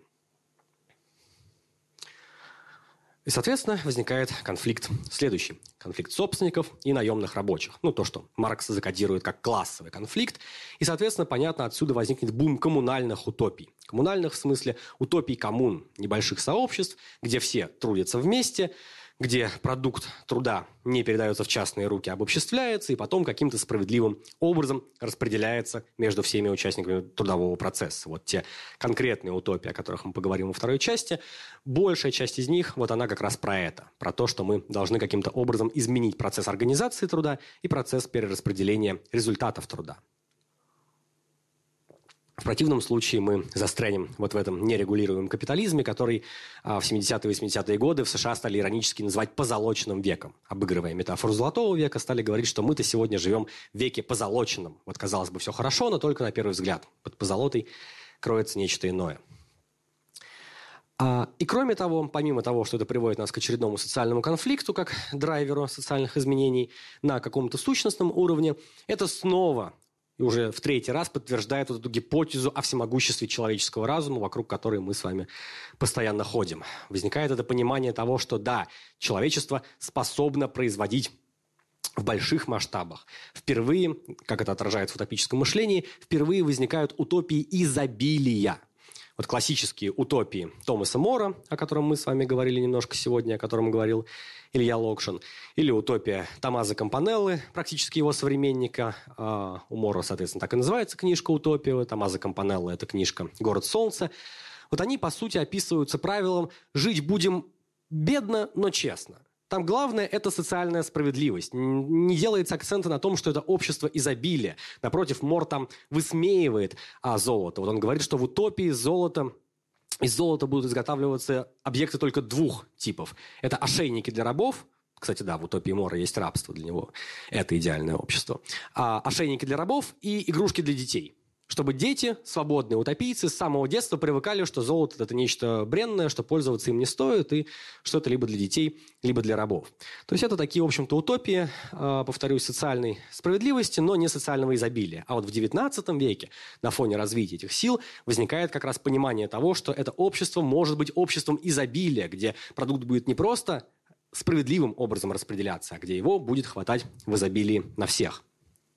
B: И, соответственно, возникает конфликт следующий. Конфликт собственников и наемных рабочих. Ну, то, что Маркс закодирует как классовый конфликт. И, соответственно, понятно, отсюда возникнет бум коммунальных утопий. Коммунальных в смысле утопий коммун, небольших сообществ, где все трудятся вместе, где продукт труда не передается в частные руки, а обобществляется и потом каким-то справедливым образом распределяется между всеми участниками трудового процесса. Вот те конкретные утопии, о которых мы поговорим во второй части, большая часть из них, вот она как раз про это, про то, что мы должны каким-то образом изменить процесс организации труда и процесс перераспределения результатов труда. В противном случае мы застрянем вот в этом нерегулируемом капитализме, который а, в семидесятые и восьмидесятые годы в США стали иронически называть позолоченным веком. Обыгрывая метафору золотого века, стали говорить, что мы-то сегодня живем в веке позолоченном. Вот, казалось бы, все хорошо, но только на первый взгляд. Под позолотой кроется нечто иное. А, и кроме того, помимо того, что это приводит нас к очередному социальному конфликту, как драйверу социальных изменений на каком-то сущностном уровне, это снова... и уже в третий раз подтверждает вот эту гипотезу о всемогуществе человеческого разума, вокруг которой мы с вами постоянно ходим. Возникает это понимание того, что да, человечество способно производить в больших масштабах. Впервые, как это отражается в утопическом мышлении, впервые возникают утопии изобилия. Вот классические утопии Томаса Мора, о котором мы с вами говорили немножко сегодня, о котором говорил Илья Локшин, или утопия Томмазо Кампанеллы, практически его современника. А у Мора, соответственно, так и называется книжка «Утопия», Томмазо Кампанеллы – это книжка «Город солнца». Вот они, по сути, описываются правилом «жить будем бедно, но честно». Там главное – это социальная справедливость. Не делается акцента на том, что это общество изобилия. Напротив, Мор там высмеивает а, золото. Вот он говорит, что в утопии золото, из золота будут изготавливаться объекты только двух типов. Это ошейники для рабов. Кстати, да, в утопии Мора есть рабство для него. Это идеальное общество. А, ошейники для рабов и игрушки для детей. Чтобы дети, свободные утопийцы, с самого детства привыкали, что золото – это нечто бренное, что пользоваться им не стоит, и что это либо для детей, либо для рабов. То есть это такие, в общем-то, утопии, повторюсь, социальной справедливости, но не социального изобилия. А вот в девятнадцатом веке на фоне развития этих сил возникает как раз понимание того, что это общество может быть обществом изобилия, где продукт будет не просто справедливым образом распределяться, а где его будет хватать в изобилии на всех.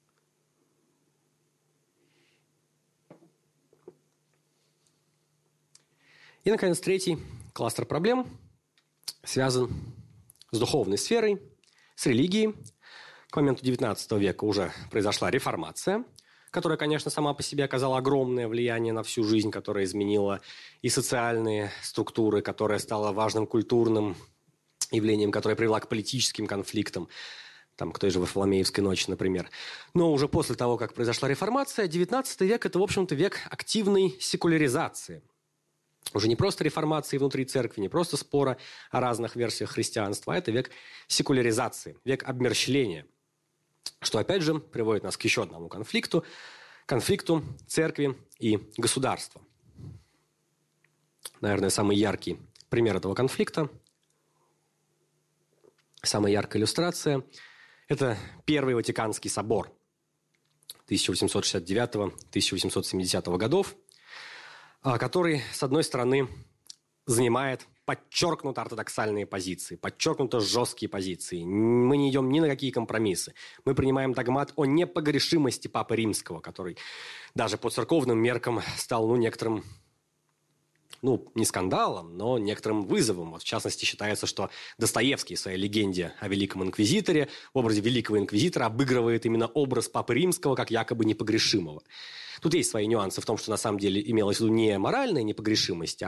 B: И, наконец, третий кластер проблем связан с духовной сферой, с религией. К моменту девятнадцатого века уже произошла реформация, которая, конечно, сама по себе оказала огромное влияние на всю жизнь, которая изменила и социальные структуры, которая стала важным культурным явлением, которое привела к политическим конфликтам, там, к той же Варфоломеевской ночи, например. Но уже после того, как произошла реформация, девятнадцатый век – это, в общем-то, век активной секуляризации. Уже не просто реформации внутри церкви, не просто спора о разных версиях христианства, а это век секуляризации, век обмерщвления, что, опять же, приводит нас к еще одному конфликту, конфликту церкви и государства. Наверное, самый яркий пример этого конфликта, самая яркая иллюстрация – это Первый Ватиканский собор тысяча восемьсот шестьдесят девятого — тысяча восемьсот семидесятого годов, который, с одной стороны, занимает подчеркнуто ортодоксальные позиции, подчеркнуто жесткие позиции. Мы не идем ни на какие компромиссы. Мы принимаем догмат о непогрешимости Папы Римского, который даже по церковным меркам стал, ну, некоторым, ну, не скандалом, но некоторым вызовом. Вот, в частности, считается, что Достоевский в своей легенде о Великом Инквизиторе в образе Великого Инквизитора обыгрывает именно образ Папы Римского как якобы непогрешимого. Тут есть свои нюансы в том, что на самом деле имелось в виду не моральная непогрешимость, а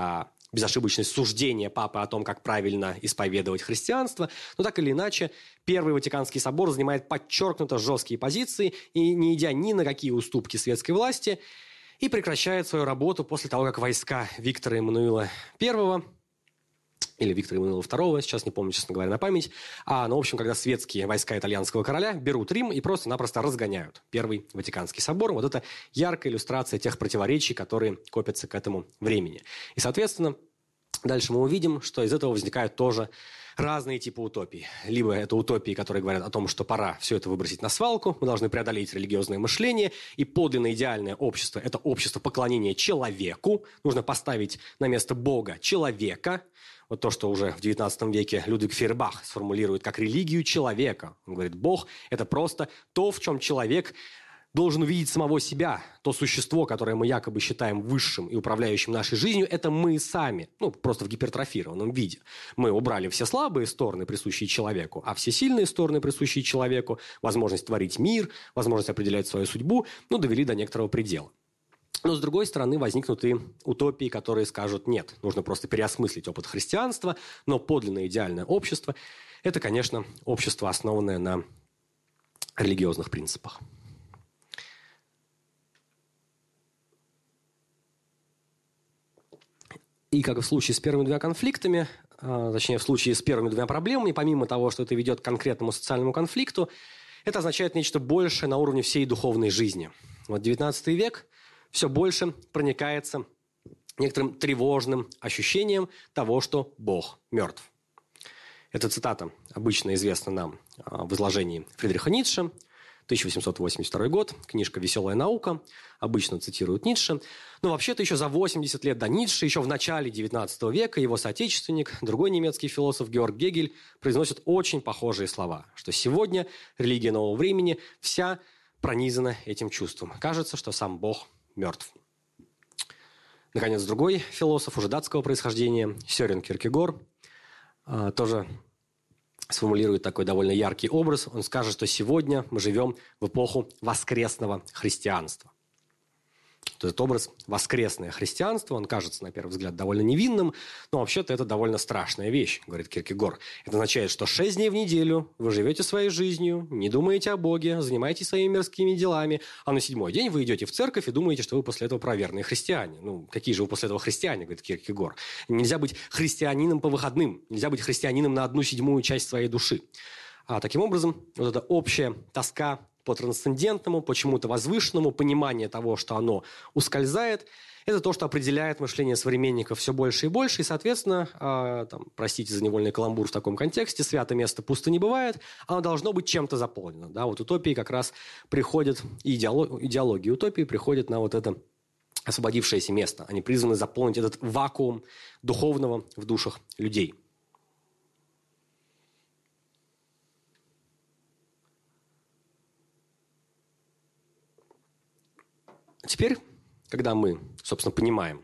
B: безошибочность суждения папы о том, как правильно исповедовать христианство, но так или иначе Первый Ватиканский собор занимает подчеркнуто жесткие позиции и, не идя ни на какие уступки светской власти, и прекращает свою работу после того, как войска Виктора Эммануила Первого или Виктора Эммануила Второго, сейчас не помню, честно говоря, на память, а, ну, в общем, когда светские войска итальянского короля берут Рим и просто-напросто разгоняют Первый Ватиканский собор. Вот это яркая иллюстрация тех противоречий, которые копятся к этому времени. И, соответственно, дальше мы увидим, что из этого возникают тоже разные типы утопий. Либо это утопии, которые говорят о том, что пора все это выбросить на свалку, мы должны преодолеть религиозное мышление, и подлинно идеальное общество – это общество поклонения человеку. Нужно поставить на место Бога человека. Вот то, что уже в девятнадцатом веке Людвиг Фейербах сформулирует как религию человека. Он говорит, Бог – это просто то, в чем человек должен увидеть самого себя. То существо, которое мы якобы считаем высшим и управляющим нашей жизнью, это мы сами. Ну, просто в гипертрофированном виде. Мы убрали все слабые стороны, присущие человеку, а все сильные стороны, присущие человеку, возможность творить мир, возможность определять свою судьбу, ну, довели до некоторого предела. Но, с другой стороны, возникнут и утопии, которые скажут, нет, нужно просто переосмыслить опыт христианства, но подлинное идеальное общество – это, конечно, общество, основанное на религиозных принципах. И как и в случае с первыми двумя конфликтами, э, точнее, в случае с первыми двумя проблемами, помимо того, что это ведет к конкретному социальному конфликту, это означает нечто большее на уровне всей духовной жизни. Вот девятнадцатый век все больше проникается некоторым тревожным ощущением того, что Бог мертв. Эта цитата обычно известна нам в изложении Фридриха Ницше, тысяча восемьсот восемьдесят второй год, книжка «Веселая наука», обычно цитируют Ницше. Но вообще-то еще за восемьдесят лет до Ницше, еще в начале девятнадцатого века, его соотечественник, другой немецкий философ Георг Гегель, произносит очень похожие слова, что сегодня религия нового времени вся пронизана этим чувством. Кажется, что сам Бог мертв. Наконец, другой философ, уже датского происхождения, Сёрен Кierkegaard, тоже сформулирует такой довольно яркий образ. Он скажет, что сегодня мы живем в эпоху воскресного христианства. Этот образ воскресное христианство, он кажется, на первый взгляд, довольно невинным, но вообще-то это довольно страшная вещь, говорит Киркегор. Это означает, что шесть дней в неделю вы живете своей жизнью, не думаете о Боге, занимаетесь своими мирскими делами, а на седьмой день вы идете в церковь и думаете, что вы после этого правоверные христиане. Ну, какие же вы после этого христиане, говорит Киркегор. Нельзя быть христианином по выходным, нельзя быть христианином на одну седьмую часть своей души. А таким образом, вот эта общая тоска по трансцендентному, по чему-то возвышенному, понимание того, что оно ускользает, это то, что определяет мышление современников все больше и больше, и, соответственно, э, там, простите за невольный каламбур в таком контексте, святое место пусто не бывает, оно должно быть чем-то заполнено. Да? Вот утопии как раз приходят, и идеолог, идеологии утопии приходят на вот это освободившееся место. Они призваны заполнить этот вакуум духовного в душах людей. Теперь, когда мы, собственно, понимаем,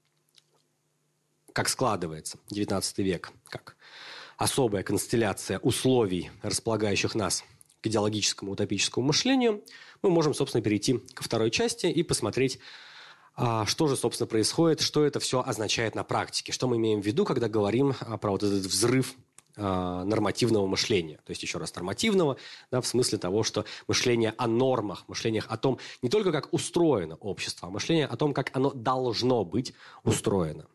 B: как складывается девятнадцатый век, как особая констелляция условий, располагающих нас к идеологическому утопическому мышлению, мы можем, собственно, перейти ко второй части и посмотреть, что же, собственно, происходит, что это все означает на практике, что мы имеем в виду, когда говорим про вот этот взрыв нормативного мышления. То есть, еще раз, нормативного, да, в смысле того, что мышление о нормах, мышление о том, не только как устроено общество, а мышление о том, как оно должно быть устроено.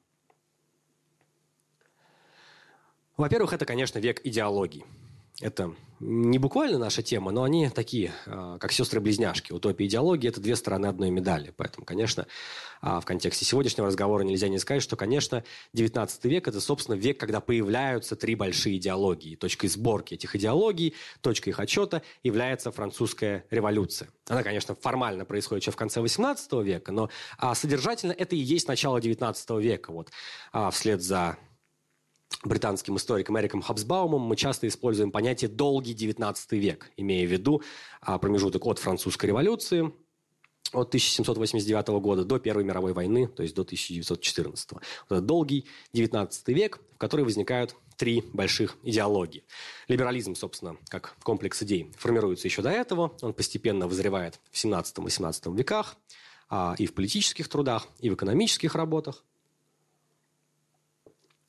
B: Во-первых, это, конечно, век идеологий. Это не буквально наша тема, но они такие, как сестры-близняшки. Утопия и идеология – это две стороны одной медали. Поэтому, конечно, в контексте сегодняшнего разговора нельзя не сказать, что, конечно, девятнадцатый век – это, собственно, век, когда появляются три большие идеологии. Точкой сборки этих идеологий, точкой их отчета является французская революция. Она, конечно, формально происходит еще в конце восемнадцатого века, но содержательно это и есть начало девятнадцатого века. Вот, вслед за британским историком Эриком Хобсбаумом мы часто используем понятие «долгий девятнадцатый век», имея в виду промежуток от французской революции, от тысяча семьсот восемьдесят девятого года до Первой мировой войны, то есть до тысяча девятьсот четырнадцатого. Вот это долгий девятнадцатый век, в который возникают три больших идеологии. Либерализм, собственно, как комплекс идей, формируется еще до этого. Он постепенно вызревает в семнадцатом-восемнадцатом веках и в политических трудах, и в экономических работах.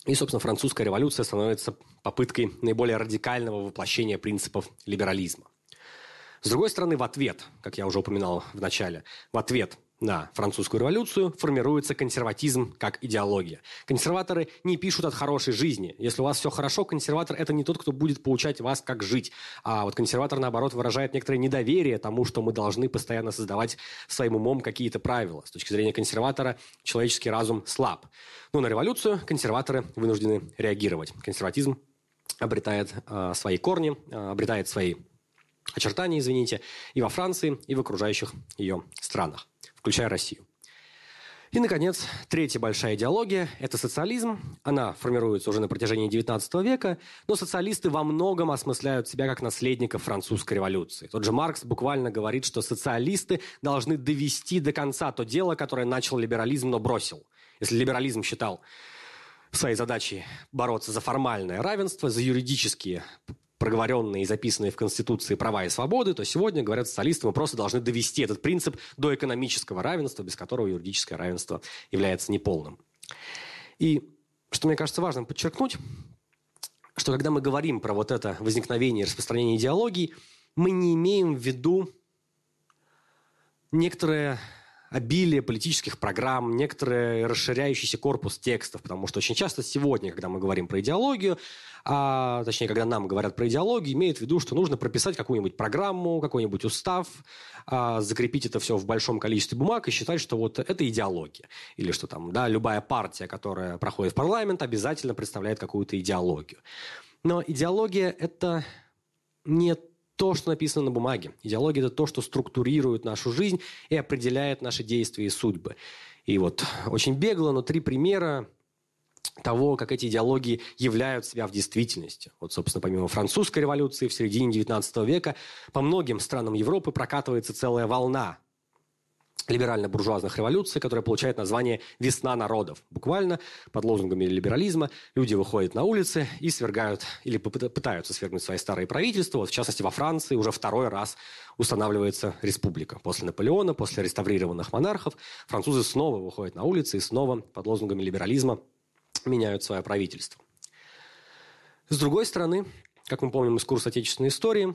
B: И, собственно, французская революция становится попыткой наиболее радикального воплощения принципов либерализма. С другой стороны, в ответ, как я уже упоминал в начале, в ответ на французскую революцию формируется консерватизм как идеология. Консерваторы не пишут от хорошей жизни. Если у вас все хорошо, консерватор – это не тот, кто будет поучать вас, как жить. А вот консерватор, наоборот, выражает некоторое недоверие тому, что мы должны постоянно создавать своим умом какие-то правила. С точки зрения консерватора человеческий разум слаб. Но на революцию консерваторы вынуждены реагировать. Консерватизм обретает э, свои корни, э, обретает свои очертания, извините, и во Франции, и в окружающих ее странах, включая Россию. И, наконец, третья большая идеология – это социализм. Она формируется уже на протяжении девятнадцатого века, но социалисты во многом осмысляют себя как наследников французской революции. Тот же Маркс буквально говорит, что социалисты должны довести до конца то дело, которое начал либерализм, но бросил. Если либерализм считал своей задачей бороться за формальное равенство, за юридические проговоренные и записанные в Конституции права и свободы, то сегодня, говорят социалисты, мы просто должны довести этот принцип до экономического равенства, без которого юридическое равенство является неполным. И что мне кажется важным подчеркнуть, что когда мы говорим про вот это возникновение и распространение идеологий, мы не имеем в виду некоторое обилие политических программ, некоторый расширяющийся корпус текстов, потому что очень часто сегодня, когда мы говорим про идеологию, а, точнее, когда нам говорят про идеологию, имеют в виду, что нужно прописать какую-нибудь программу, какой-нибудь устав, а, закрепить это все в большом количестве бумаг и считать, что вот это идеология. Или что там, да, любая партия, которая проходит в парламент, обязательно представляет какую-то идеологию. Но идеология – это не то, что написано на бумаге. Идеология – это то, что структурирует нашу жизнь и определяет наши действия и судьбы. И вот очень бегло, но три примера того, как эти идеологии являют себя в действительности. Вот, собственно, помимо французской революции в середине девятнадцатого века по многим странам Европы прокатывается целая волна либерально-буржуазных революций, которая получает название «Весна народов». Буквально под лозунгами либерализма люди выходят на улицы и свергают или пытаются свергнуть свои старые правительства. Вот, в частности, во Франции уже второй раз устанавливается республика. После Наполеона, после реставрированных монархов, французы снова выходят на улицы и снова под лозунгами либерализма меняют свое правительство. С другой стороны, как мы помним из курса отечественной истории,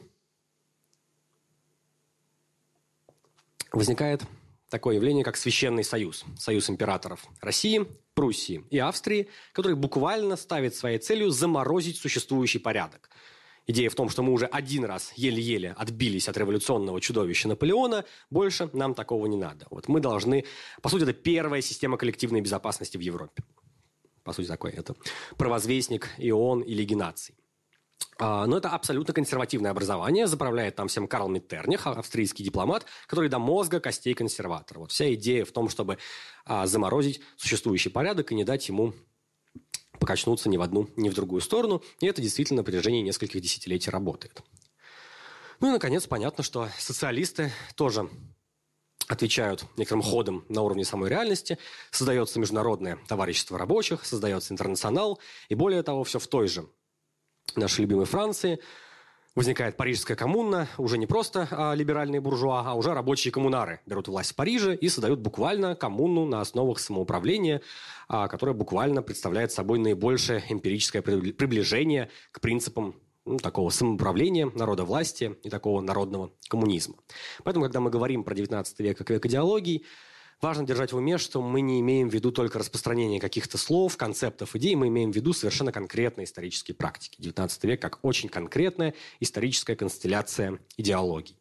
B: возникает такое явление, как Священный Союз. Союз императоров России, Пруссии и Австрии, который буквально ставит своей целью заморозить существующий порядок. Идея в том, что мы уже один раз еле-еле отбились от революционного чудовища Наполеона, больше нам такого не надо. Вот мы должны... По сути, это первая система коллективной безопасности в Европе. По сути, такой это провозвестник ИОН и Лиги наций. Но это абсолютно консервативное образование. Заправляет там всем Карл Меттерних, австрийский дипломат, который до мозга костей консерватор. Вот вся идея в том, чтобы заморозить существующий порядок и не дать ему покачнуться ни в одну, ни в другую сторону. И это действительно на протяжении нескольких десятилетий работает. Ну и, наконец, понятно, что социалисты тоже отвечают некоторым ходом на уровне самой реальности. Создается международное товарищество рабочих, создается интернационал. И более того, все в той же нашей любимой Франции возникает Парижская коммуна. Уже не просто а, либеральные буржуа, а уже рабочие коммунары берут власть в Париже и создают буквально коммуну на основах самоуправления, а, которая буквально представляет собой наибольшее эмпирическое приближение к принципам ну, такого самоуправления, народовластия и такого народного коммунизма. Поэтому, когда мы говорим про девятнадцатый век как век идеологий, важно держать в уме, что мы не имеем в виду только распространение каких-то слов, концептов, идей, мы имеем в виду совершенно конкретные исторические практики. девятнадцатый век как очень конкретная историческая констелляция идеологий.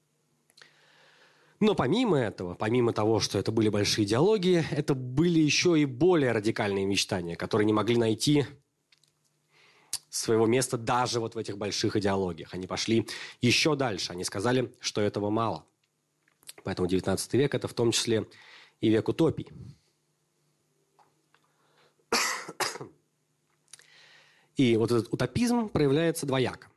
B: Но помимо этого, помимо того, что это были большие идеологии, это были еще и более радикальные мечтания, которые не могли найти своего места даже вот в этих больших идеологиях. Они пошли еще дальше. Они сказали, что этого мало. Поэтому девятнадцатый век – это в том числе и век утопий. И вот этот утопизм проявляется двояко.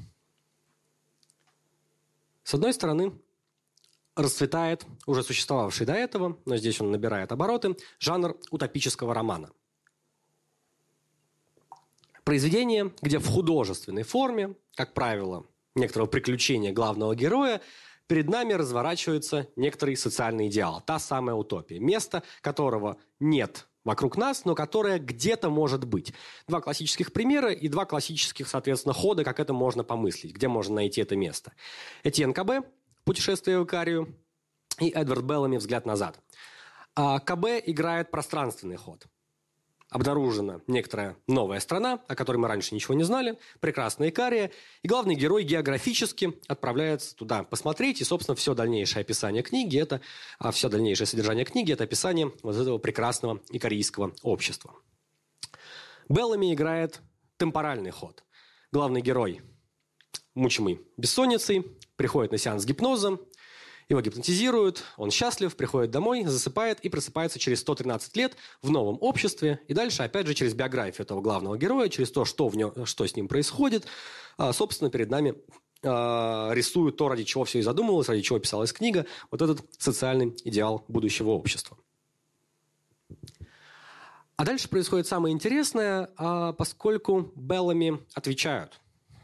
B: С одной стороны, расцветает уже существовавший до этого, но здесь он набирает обороты, жанр утопического романа. Произведение, где в художественной форме, как правило, некоторого приключения главного героя, перед нами разворачивается некоторый социальный идеал, та самая утопия, место которого нет вокруг нас, но которое где-то может быть. Два классических примера и два классических, соответственно, хода, как это можно помыслить, где можно найти это место. Этьен Кабе «Путешествие в Икарию» и Эдвард Беллами «Взгляд назад». А Кабе играет пространственный ход. Обнаружена некоторая новая страна, о которой мы раньше ничего не знали, прекрасная Икария, и главный герой географически отправляется туда посмотреть, и, собственно, все дальнейшее описание книги, это, а все дальнейшее содержание книги – это описание вот этого прекрасного икарийского общества. Беллами играет темпоральный ход. Главный герой, мучимый бессонницей, приходит на сеанс гипноза, его гипнотизируют, он счастлив, приходит домой, засыпает и просыпается через сто тринадцать лет в новом обществе. И дальше, опять же, через биографию этого главного героя, через то, что, в нем, что с ним происходит, собственно, перед нами рисуют то, ради чего все и задумывалось, ради чего писалась книга, вот этот социальный идеал будущего общества. А дальше происходит самое интересное, поскольку Беллами отвечают.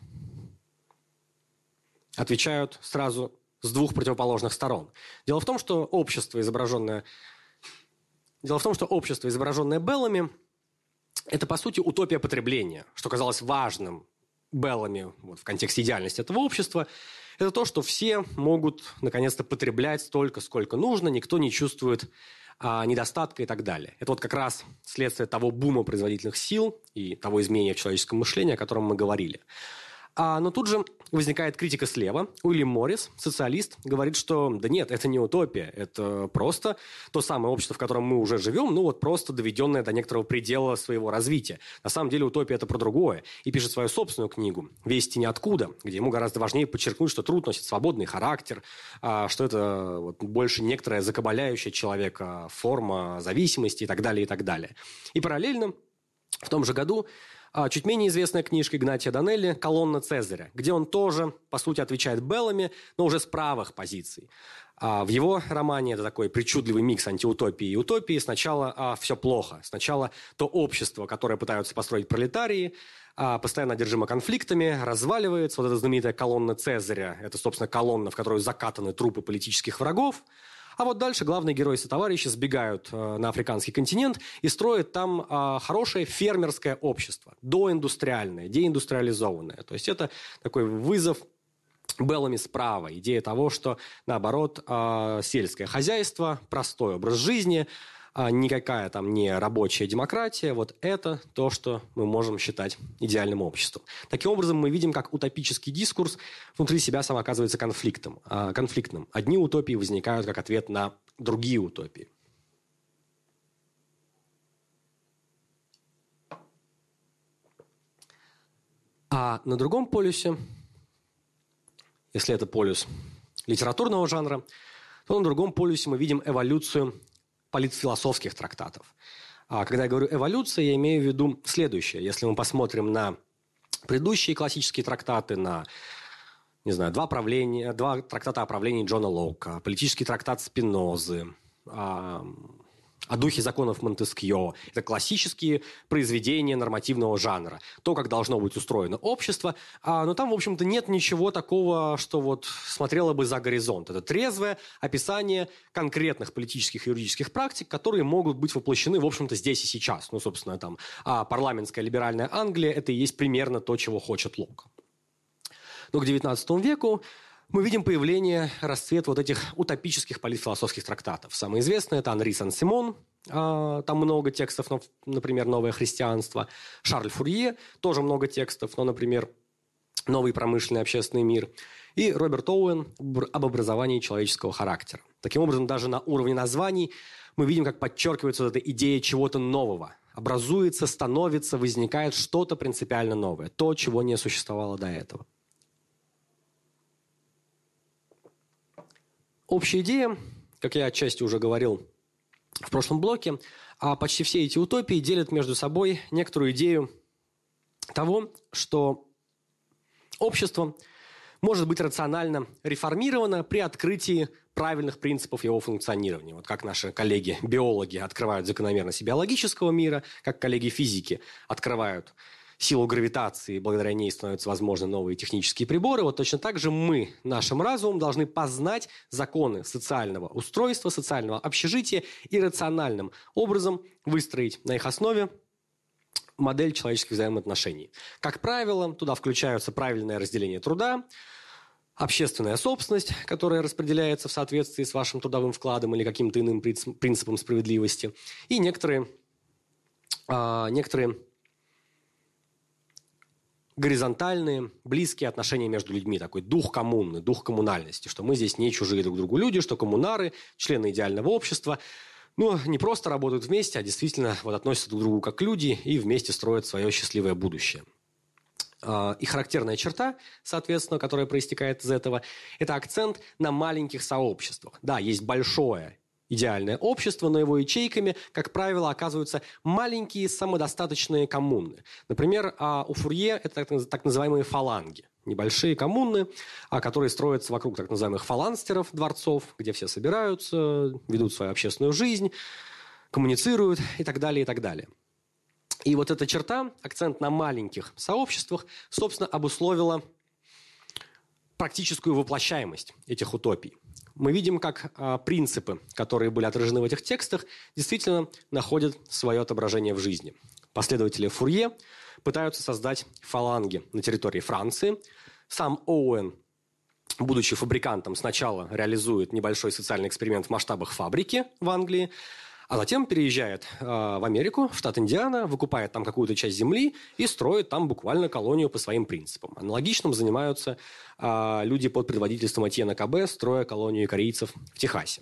B: Отвечают сразу с двух противоположных сторон. Дело в том, что общество, изображенное, Дело в том, что общество, изображенное Беллами, это, по сути, утопия потребления, что казалось важным Беллами вот, в контексте идеальности этого общества. Это то, что все могут, наконец-то, потреблять столько, сколько нужно, никто не чувствует а, недостатка и так далее. Это вот как раз следствие того бума производительных сил и того изменения в человеческом мышлении, о котором мы говорили. А, но тут же возникает критика слева. Уильям Моррис, социалист, говорит, что да нет, это не утопия, это просто то самое общество, в котором мы уже живем, ну вот просто доведенное до некоторого предела своего развития. На самом деле утопия – это про другое. И пишет свою собственную книгу «Вести ниоткуда», где ему гораздо важнее подчеркнуть, что труд носит свободный характер, а, что это вот, больше некоторая закабаляющая человека форма зависимости и так далее, и так далее. И параллельно в том же году чуть менее известная книжка Игнатия Данелли «Колонна Цезаря», где он тоже, по сути, отвечает Беллами, но уже с правых позиций. В его романе это такой причудливый микс антиутопии и утопии. Сначала а, все плохо. Сначала то общество, которое пытаются построить пролетарии, а, постоянно одержимо конфликтами, разваливается. Вот эта знаменитая колонна Цезаря – это, собственно, колонна, в которую закатаны трупы политических врагов. А вот дальше главные герои и сотоварищи сбегают э, на африканский континент и строят там э, хорошее фермерское общество, доиндустриальное, деиндустриализованное. То есть это такой вызов Беллами справа. Идея того, что, наоборот, э, сельское хозяйство, простой образ жизни, э, никакая там не рабочая демократия, вот это то, что мы можем считать идеальным обществом. Таким образом, мы видим, как утопический дискурс внутри себя сам оказывается конфликтом, э, конфликтным. Одни утопии возникают как ответ на другие утопии. А на другом полюсе, если это полюс литературного жанра, то на другом полюсе мы видим эволюцию политфилософских трактатов. А когда я говорю эволюция, я имею в виду следующее. Если мы посмотрим на предыдущие классические трактаты, на, не знаю, два, правления, два трактата о правлении Джона Лока, политический трактат Спинозы, а, о духе законов Монтескьё. Это классические произведения нормативного жанра. То, как должно быть устроено общество. А, но там, в общем-то, нет ничего такого, что вот смотрело бы за горизонт. Это трезвое описание конкретных политических и юридических практик, которые могут быть воплощены, в общем-то, здесь и сейчас. Ну, собственно, там а парламентская либеральная Англия – это и есть примерно то, чего хочет Лок. Но к девятнадцатому веку мы видим появление, расцвет вот этих утопических политфилософских трактатов. Самый известный – это Анри Сен-Симон. Там много текстов, например, «Новое христианство». Шарль Фурье, тоже много текстов, но, например, «Новый промышленный общественный мир». И Роберт Оуэн об образовании человеческого характера. Таким образом, даже на уровне названий мы видим, как подчеркивается вот эта идея чего-то нового. Образуется, становится, возникает что-то принципиально новое. То, чего не существовало до этого. Общая идея, как я отчасти уже говорил в прошлом блоке, а почти все эти утопии делят между собой некоторую идею того, что общество может быть рационально реформировано при открытии правильных принципов его функционирования. Вот как наши коллеги-биологи открывают закономерности биологического мира, как коллеги-физики открывают силу гравитации, благодаря ней становятся возможны новые технические приборы, вот точно так же мы нашим разумом должны познать законы социального устройства, социального общежития и рациональным образом выстроить на их основе модель человеческих взаимоотношений. Как правило, туда включаются правильное разделение труда, общественная собственность, которая распределяется в соответствии с вашим трудовым вкладом или каким-то иным принципом справедливости, и некоторые, а, некоторые горизонтальные, близкие отношения между людьми, такой дух коммуны, дух коммунальности, что мы здесь не чужие друг другу люди, что коммунары, члены идеального общества, ну, не просто работают вместе, а действительно вот, относятся друг к другу как люди и вместе строят свое счастливое будущее. И характерная черта, соответственно, которая проистекает из этого, это акцент на маленьких сообществах. Да, есть большое идеальное общество, но его ячейками, как правило, оказываются маленькие самодостаточные коммуны. Например, у Фурье это так называемые фаланги. Небольшие коммуны, которые строятся вокруг так называемых фаланстеров, дворцов, где все собираются, ведут свою общественную жизнь, коммуницируют и так далее, и так далее. И вот эта черта, акцент на маленьких сообществах, собственно, обусловила практическую воплощаемость этих утопий. Мы видим, как а, принципы, которые были отражены в этих текстах, действительно находят свое отображение в жизни. Последователи Фурье пытаются создать фаланги на территории Франции. Сам Оуэн, будучи фабрикантом, сначала реализует небольшой социальный эксперимент в масштабах фабрики в Англии, а затем переезжает э, в Америку, в штат Индиана, выкупает там какую-то часть земли и строит там буквально колонию по своим принципам. Аналогичным занимаются э, люди под предводительством Этьена Кабе, строя колонию корейцев в Техасе.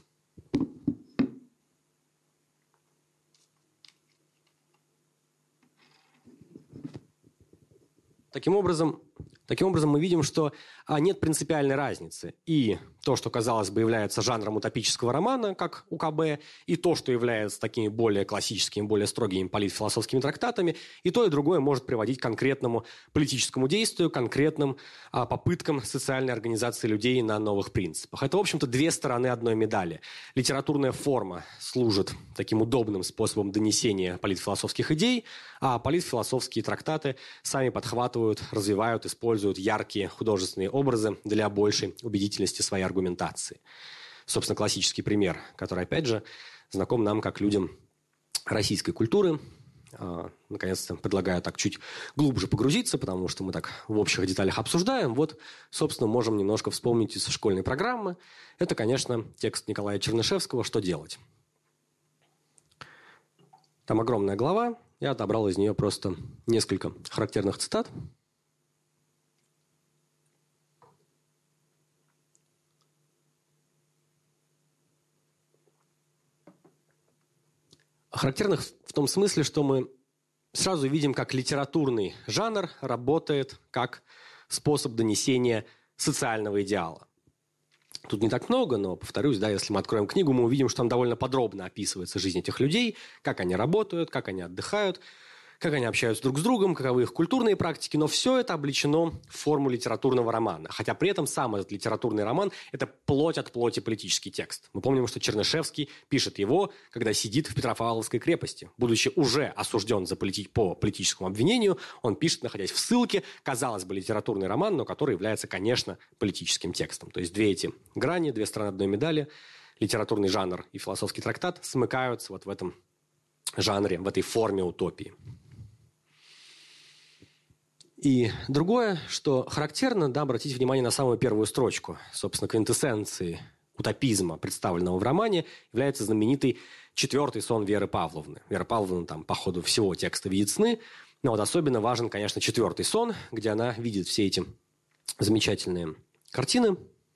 B: Таким образом, таким образом, мы видим, что а, нет принципиальной разницы. И то, что, казалось бы, является жанром утопического романа, как у КБ, и то, что является такими более классическими, более строгими политфилософскими трактатами, и то, и другое может приводить к конкретному политическому действию, конкретным а, попыткам социальной организации людей на новых принципах. Это, в общем-то, две стороны одной медали. Литературная форма служит таким удобным способом донесения политфилософских идей, а политфилософские трактаты сами подхватывают, развивают, используют яркие художественные образы для большей убедительности своей аргументации. Собственно, классический пример, который, опять же, знаком нам как людям российской культуры. Наконец-то предлагаю так чуть глубже погрузиться, потому что мы так в общих деталях обсуждаем. Вот, собственно, можем немножко вспомнить из школьной программы. Это, конечно, текст Николая Чернышевского «Что делать?». Там огромная глава. Я отобрал из нее просто несколько характерных цитат. Характерных в том смысле, что мы сразу видим, как литературный жанр работает как способ донесения социального идеала. Тут не так много, но, повторюсь, да, если мы откроем книгу, мы увидим, что там довольно подробно описывается жизнь этих людей, как они работают, как они отдыхают, как они общаются друг с другом, каковы их культурные практики, но все это облечено в форму литературного романа. Хотя при этом сам этот литературный роман – это плоть от плоти политический текст. Мы помним, что Чернышевский пишет его, когда сидит в Петропавловской крепости. Будучи уже осужден за полити- по политическому обвинению, он пишет, находясь в ссылке, казалось бы, литературный роман, но который является, конечно, политическим текстом. То есть две эти грани, две стороны одной медали, литературный жанр и философский трактат смыкаются вот в этом жанре, в этой форме утопии. И другое, что характерно, да, обратите внимание на самую первую строчку. Собственно, квинтэссенцией утопизма, представленного в романе, является знаменитый четвертый сон Веры Павловны. Вера Павловна там по ходу всего текста видит сны, но вот особенно важен, конечно, четвертый сон, где она видит все эти замечательные картины.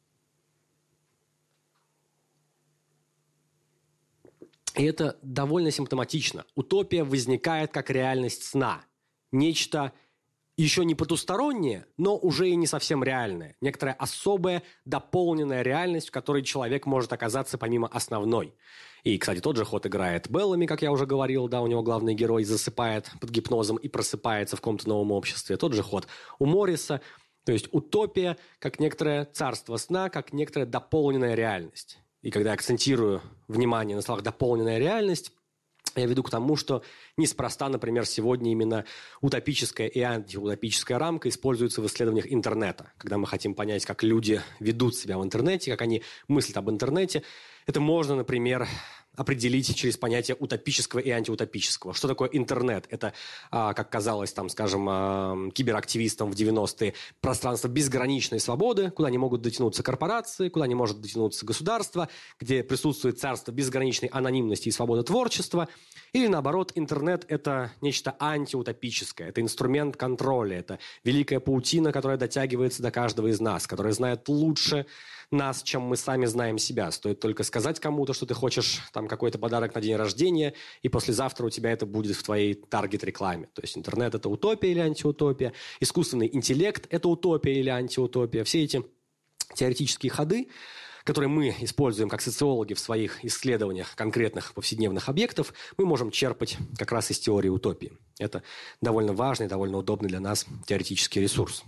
B: И это довольно симптоматично. Утопия возникает как реальность сна. Нечто еще не потустороннее, но уже и не совсем реальное. Некоторая особая, дополненная реальность, в которой человек может оказаться помимо основной. И, кстати, тот же ход играет Беллами, как я уже говорил, да, у него главный герой засыпает под гипнозом и просыпается в каком-то новом обществе. Тот же ход у Морриса. То есть утопия как некоторое царство сна, как некоторая дополненная реальность. И когда я акцентирую внимание на словах «дополненная реальность», Я веду к тому, что неспроста, например, сегодня именно утопическая и антиутопическая рамка используются в исследованиях интернета. Когда мы хотим понять, как люди ведут себя в интернете, как они мыслят об интернете, это можно, например, определить через понятие утопического и антиутопического. Что такое интернет? Это, как казалось, там, скажем, киберактивистам в девяностые, пространство безграничной свободы, куда не могут дотянуться корпорации, куда не может дотянуться государство, где присутствует царство безграничной анонимности и свободы творчества. Или, наоборот, интернет – это нечто антиутопическое, это инструмент контроля, это великая паутина, которая дотягивается до каждого из нас, которая знает лучше нас, чем мы сами знаем себя. Стоит только сказать кому-то, что ты хочешь там какой-то подарок на день рождения, и послезавтра у тебя это будет в твоей таргет-рекламе. То есть интернет – это утопия или антиутопия, искусственный интеллект – это утопия или антиутопия. Все эти теоретические ходы, которые мы используем как социологи в своих исследованиях конкретных повседневных объектов, мы можем черпать как раз из теории утопии. Это довольно важный, довольно удобный для нас теоретический ресурс.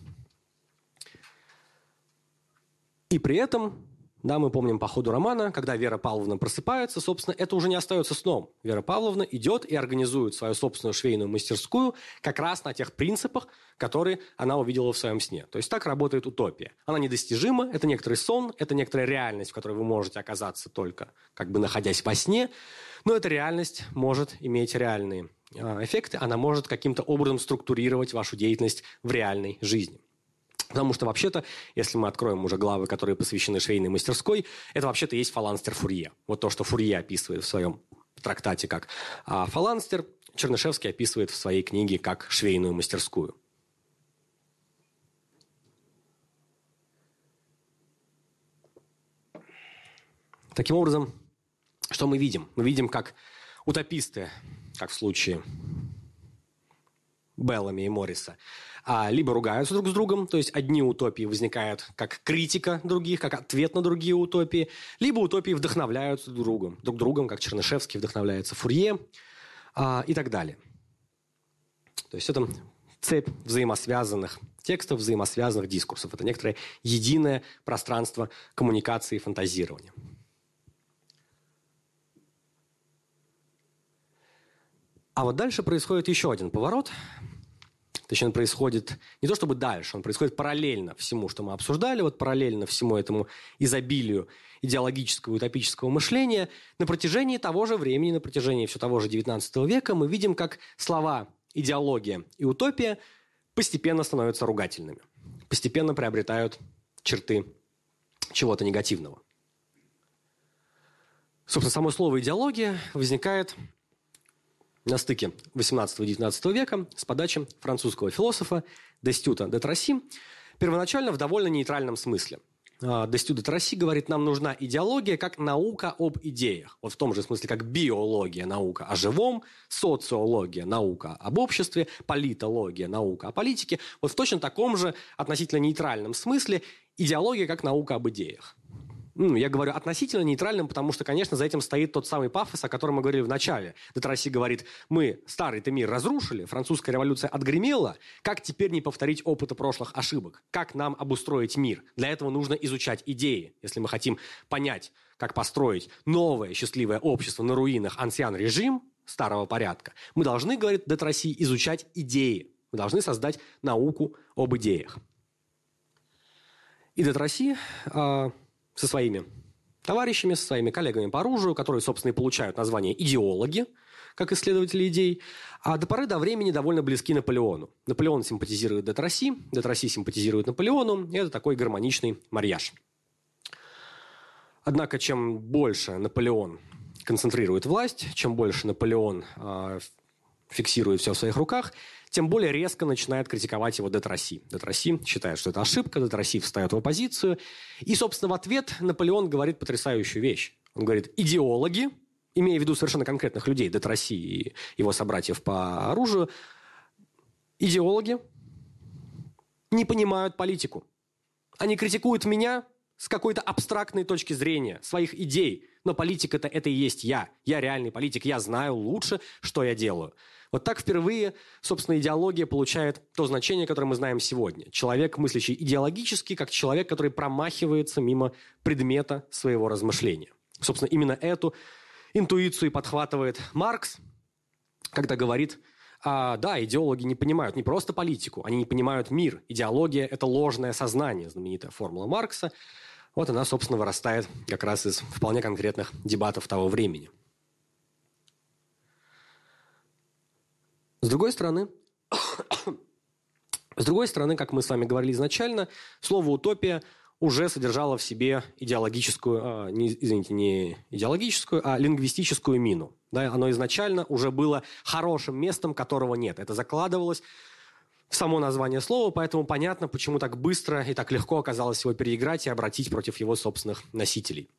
B: И при этом, да, мы помним по ходу романа, когда Вера Павловна просыпается, собственно, это уже не остается сном. Вера Павловна идет и организует свою собственную швейную мастерскую как раз на тех принципах, которые она увидела в своем сне. То есть так работает утопия. Она недостижима, это некоторый сон, это некоторая реальность, в которой вы можете оказаться только как бы находясь во сне, но эта реальность может иметь реальные эффекты, она может каким-то образом структурировать вашу деятельность в реальной жизни. Потому что, вообще-то, если мы откроем уже главы, которые посвящены швейной мастерской, это вообще-то есть фаланстер Фурье. Вот то, что Фурье описывает в своем трактате как а фаланстер, Чернышевский описывает в своей книге как швейную мастерскую. Таким образом, что мы видим? Мы видим, как утописты, как в случае Беллами и Морриса, либо ругаются друг с другом, то есть одни утопии возникают как критика других, как ответ на другие утопии, либо утопии вдохновляются друг другом, друг другом, как Чернышевский вдохновляется Фурье а, и так далее. То есть это цепь взаимосвязанных текстов, взаимосвязанных дискурсов. Это некоторое единое пространство коммуникации и фантазирования. А вот дальше происходит еще один поворот. Точнее, он происходит не то чтобы дальше, он происходит параллельно всему, что мы обсуждали, вот параллельно всему этому изобилию идеологического и утопического мышления. На протяжении того же времени, на протяжении все того же девятнадцатого века мы видим, как слова идеология и утопия постепенно становятся ругательными, постепенно приобретают черты чего-то негативного. Собственно, само слово идеология возникает на стыке восемнадцатого и девятнадцатого века с подачи французского философа Дестюта де Тросси, первоначально в довольно нейтральном смысле. Дестю де Тросси говорит, нам нужна идеология как наука об идеях. Вот в том же смысле, как биология – наука о живом, социология – наука об обществе, политология – наука о политике. Вот в точно таком же относительно нейтральном смысле идеология как наука об идеях. Ну, я говорю относительно нейтральным, потому что, конечно, за этим стоит тот самый пафос, о котором мы говорили в начале. де Тросси говорит, мы старый-то мир разрушили, французская революция отгремела, как теперь не повторить опыта прошлых ошибок? Как нам обустроить мир? Для этого нужно изучать идеи. Если мы хотим понять, как построить новое счастливое общество на руинах ансьян-режим старого порядка, мы должны, говорит де Тросси, изучать идеи. Мы должны создать науку об идеях. И де Тросси э, со своими товарищами, со своими коллегами по оружию, которые, собственно, и получают название идеологи, как исследователи идей, а до поры до времени довольно близки Наполеону. Наполеон симпатизирует де Тросси, де Тросси симпатизирует Наполеону, и это такой гармоничный марьяж. Однако, чем больше Наполеон концентрирует власть, чем больше Наполеон э, фиксирует все в своих руках, тем более резко начинает критиковать его де Тросси. Де Тросси считает, что это ошибка, де Тросси встает в оппозицию. И, собственно, в ответ Наполеон говорит потрясающую вещь. Он говорит, идеологи, имея в виду совершенно конкретных людей, де Тросси и его собратьев по оружию, идеологи не понимают политику. Они критикуют меня с какой-то абстрактной точки зрения, своих идей. Но политика-то это и есть я. Я реальный политик, я знаю лучше, что я делаю. Вот так впервые, собственно, идеология получает то значение, которое мы знаем сегодня. Человек, мыслящий идеологически, как человек, который промахивается мимо предмета своего размышления. Собственно, именно эту интуицию подхватывает Маркс когда говорит, а, да, идеологи не понимают не просто политику, они не понимают мир. Идеология – это ложное сознание, знаменитая формула Маркса. Вот она, собственно, вырастает как раз из вполне конкретных дебатов того времени. С другой стороны, с другой стороны, как мы с вами говорили изначально, слово «утопия» уже содержало в себе идеологическую, а, не, извините, не идеологическую, а лингвистическую мину. Да, оно изначально уже было хорошим местом, которого нет. Это закладывалось в само название слова, поэтому понятно, почему так быстро и так легко оказалось его переиграть и обратить против его собственных носителей.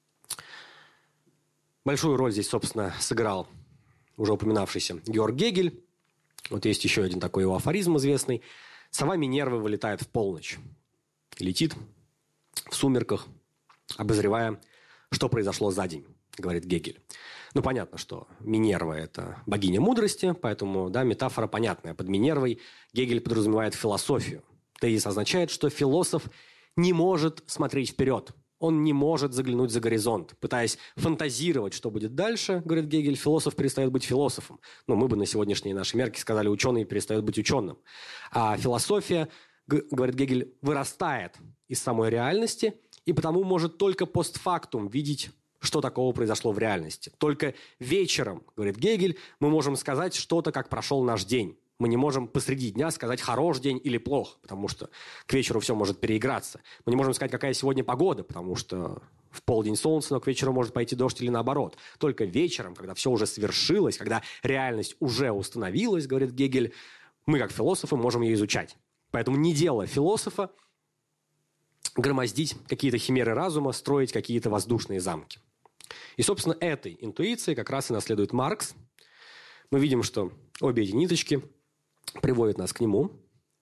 B: Большую роль здесь, собственно, сыграл уже упоминавшийся Георг Гегель. Вот есть еще один такой его афоризм известный. «Сова Минервы вылетает в полночь». Летит в сумерках, обозревая, что произошло за день, говорит Гегель. Ну, понятно, что Минерва – это богиня мудрости, поэтому, да, метафора понятная. Под Минервой Гегель подразумевает философию. Тезис означает, что философ не может смотреть вперед. Он не может заглянуть за горизонт. Пытаясь фантазировать, что будет дальше, говорит Гегель, философ перестает быть философом. Ну, мы бы на сегодняшние наши мерки сказали, ученый перестает быть ученым. А философия, говорит Гегель, вырастает из самой реальности и потому может только постфактум видеть, что такого произошло в реальности. Только вечером, говорит Гегель, мы можем сказать что-то, как прошел наш день. Мы не можем посреди дня сказать, хорош день или плох, потому что к вечеру все может переиграться. Мы не можем сказать, какая сегодня погода, потому что в полдень солнце, но к вечеру может пойти дождь или наоборот. Только вечером, когда все уже свершилось, когда реальность уже установилась, говорит Гегель, мы, как философы, можем ее изучать. Поэтому не дело философа громоздить какие-то химеры разума, строить какие-то воздушные замки. И, собственно, этой интуиции как раз и наследует Маркс. Мы видим, что обе эти ниточки приводят нас к нему.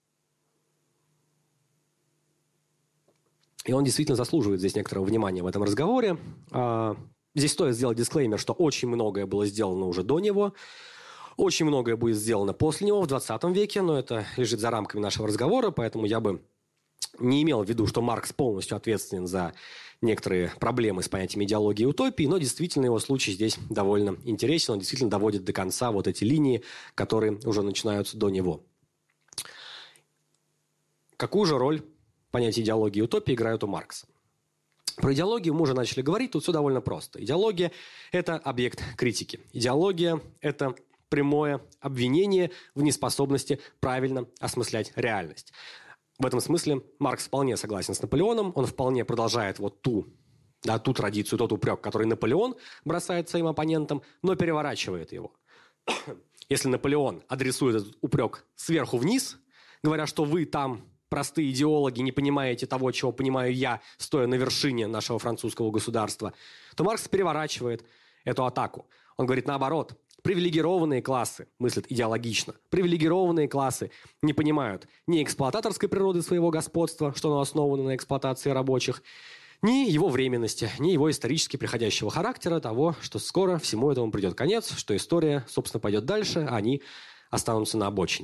B: И он действительно заслуживает здесь некоторого внимания в этом разговоре. Здесь стоит сделать дисклеймер, что очень многое было сделано уже до него. Очень многое будет сделано после него в двадцатом веке, но это лежит за рамками нашего разговора, поэтому я бы не имел в виду, что Маркс полностью ответственен за некоторые проблемы с понятием идеологии и утопии, но действительно его случай здесь довольно интересен, он действительно доводит до конца вот эти линии, которые уже начинаются до него. Какую же роль понятия идеологии и утопии играют у Маркса? Про идеологию мы уже начали говорить, тут все довольно просто. Идеология – это объект критики. Идеология – это прямое обвинение в неспособности правильно осмыслять реальность. В этом смысле Маркс вполне согласен с Наполеоном, он вполне продолжает вот ту, да, ту традицию, тот упрек, который Наполеон бросает своим оппонентам, но переворачивает его. Если Наполеон адресует этот упрек сверху вниз, говоря, что вы там, простые идеологи, не понимаете того, чего понимаю я, стоя на вершине нашего французского государства, то Маркс переворачивает эту атаку. Он говорит наоборот. Привилегированные классы мыслят идеологично. Привилегированные классы не понимают ни эксплуататорской природы своего господства, что оно основано на эксплуатации рабочих, ни его временности, ни его исторически приходящего характера, того, что скоро всему этому придет конец, что история, собственно, пойдет дальше, а они останутся на обочине.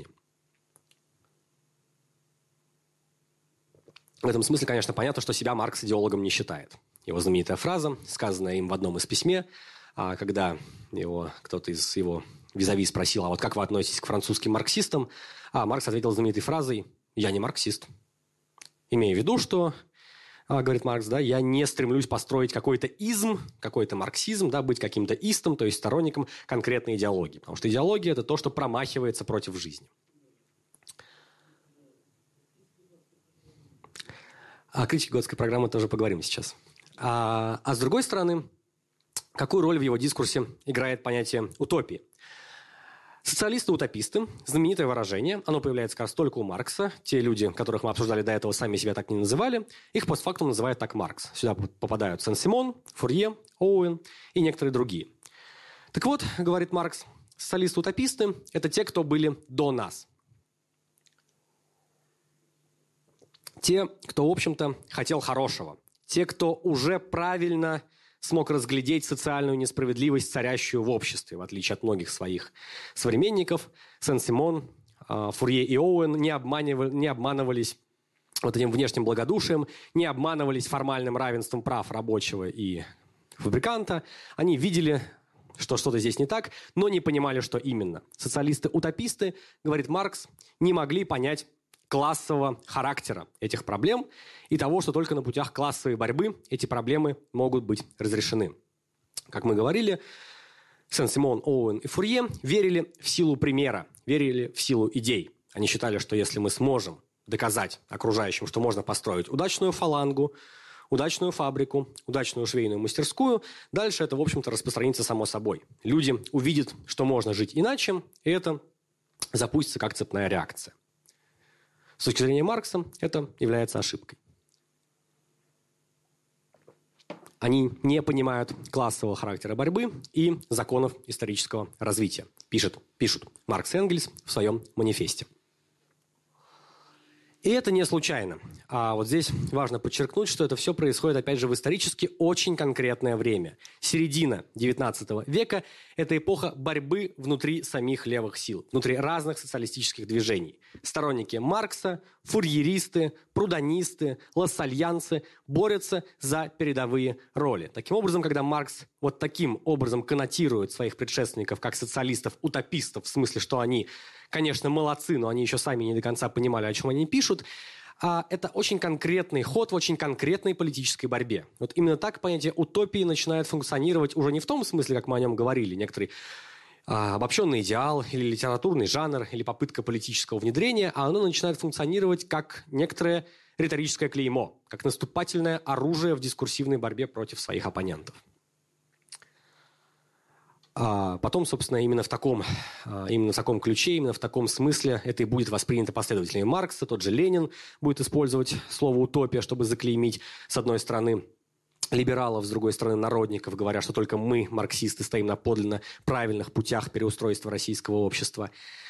B: В этом смысле, конечно, понятно, что себя Маркс идеологом не считает. Его знаменитая фраза, сказанная им в одном из письме, а когда его, кто-то из его визави спросил, а вот как вы относитесь к французским марксистам, а Маркс ответил знаменитой фразой «я не марксист». Имея в виду, что, говорит Маркс, да, я не стремлюсь построить какой-то изм, какой-то марксизм, да, быть каким-то истом, то есть сторонником конкретной идеологии. Потому что идеология – это то, что промахивается против жизни. О критике Готской программы тоже поговорим сейчас. А, а с другой стороны, какую роль в его дискурсе играет понятие утопии? Социалисты-утописты, знаменитое выражение, оно появляется как раз только у Маркса. Те люди, которых мы обсуждали до этого, сами себя так не называли. Их постфактум называет так Маркс. Сюда попадают Сен-Симон, Фурье, Оуэн и некоторые другие. Так вот, говорит Маркс, социалисты-утописты – это те, кто были до нас. Те, кто, в общем-то, хотел хорошего. Те, кто уже правильно смог разглядеть социальную несправедливость, царящую в обществе, в отличие от многих своих современников. Сен-Симон, Фурье и Оуэн не, обманывали, не обманывались вот этим внешним благодушием, не обманывались формальным равенством прав рабочего и фабриканта. Они видели что что-то здесь не так, но не понимали, что именно. Социалисты-утописты, говорит Маркс, не могли понять классового характера этих проблем и того, что только на путях классовой борьбы эти проблемы могут быть разрешены. Как мы говорили, Сен-Симон, Оуэн и Фурье верили в силу примера, верили в силу идей. Они считали, что если мы сможем доказать окружающим, что можно построить удачную фалангу, удачную фабрику, удачную швейную мастерскую, дальше это, в общем-то, распространится само собой. Люди увидят, что можно жить иначе, и это запустится как цепная реакция. С точки зрения Маркса это является ошибкой. Они не понимают классового характера борьбы и законов исторического развития, пишет, пишут Маркс и Энгельс в своем манифесте. И это не случайно. А вот здесь важно подчеркнуть, что это все происходит, опять же, в исторически очень конкретное время. Середина девятнадцатого века – это эпоха борьбы внутри самих левых сил, внутри разных социалистических движений. Сторонники Маркса, фурьеристы, прудонисты, лассальянцы борются за передовые роли. Таким образом, когда Маркс вот таким образом коннотирует своих предшественников как социалистов-утопистов, в смысле, что они, конечно, молодцы, но они еще сами не до конца понимали, о чем они пишут, а это очень конкретный ход в очень конкретной политической борьбе. Вот именно так понятие утопии начинает функционировать уже не в том смысле, как мы о нем говорили, некоторый а, обобщенный идеал или литературный жанр, или попытка политического внедрения, а оно начинает функционировать как некоторое риторическое клеймо, как наступательное оружие в дискурсивной борьбе против своих оппонентов. А потом, собственно, именно в таком, именно в таком ключе, именно в таком смысле это и будет воспринято последователями Маркса. Тот же Ленин будет использовать слово «утопия», чтобы заклеймить, с одной стороны, либералов, с другой стороны, народников, говоря, что только мы, марксисты, стоим на подлинно правильных путях переустройства российского общества.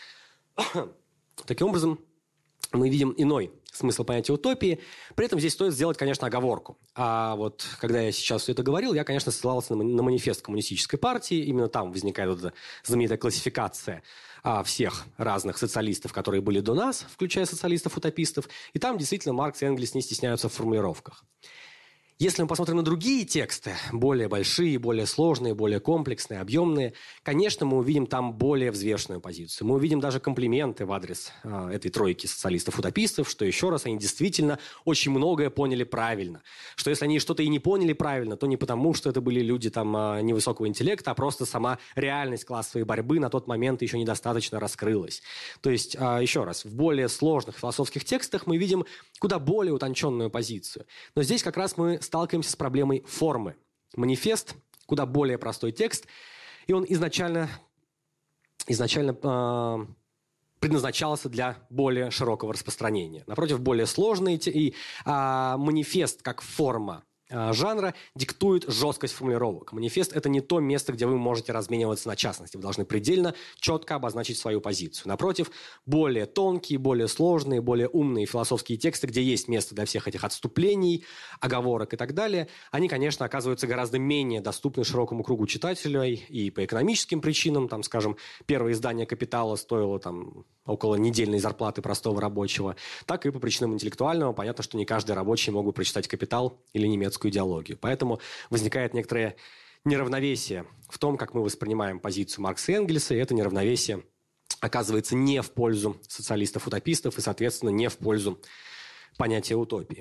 B: Таким образом, мы видим иной смысл понятия утопии. При этом здесь стоит сделать, конечно, оговорку. А вот когда я сейчас все это говорил, я, конечно, ссылался на, на манифест коммунистической партии. Именно там возникает вот эта знаменитая классификация а, всех разных социалистов, которые были до нас, включая социалистов-утопистов. И там действительно Маркс и Энгельс не стесняются в формулировках. Если мы посмотрим на другие тексты, более большие, более сложные, более комплексные, объемные, конечно, мы увидим там более взвешенную позицию. Мы увидим даже комплименты в адрес э, этой тройки социалистов-утопистов, что, еще раз, они действительно очень многое поняли правильно. Что если они что-то и не поняли правильно, то не потому, что это были люди там, э, невысокого интеллекта, а просто сама реальность классовой борьбы на тот момент еще недостаточно раскрылась. То есть, э, еще раз, в более сложных философских текстах мы видим куда более утонченную позицию. Но здесь как раз мы сталкиваемся с проблемой формы. Манифест – куда более простой текст, и он изначально, изначально э, предназначался для более широкого распространения. Напротив, более сложный и э, манифест как форма э, жанра диктует жесткость формулировок. Манифест – это не то место, где вы можете размениваться на частности. Вы должны предельно четко обозначить свою позицию. Напротив, более тонкие, более сложные, более умные философские тексты, где есть место для всех этих отступлений, оговорок и так далее, они, конечно, оказываются гораздо менее доступны широкому кругу читателей и по экономическим причинам. Там, скажем, первое издание «Капитала» стоило там, около недельной зарплаты простого рабочего, так и по причинам интеллектуального. Понятно, что не каждый рабочий мог бы прочитать «Капитал» или немецкую идеологию. Поэтому возникает некоторое неравновесие в том, как мы воспринимаем позицию Маркса и Энгельса, и это неравновесие оказывается не в пользу социалистов-утопистов и, соответственно, не в пользу понятия утопии.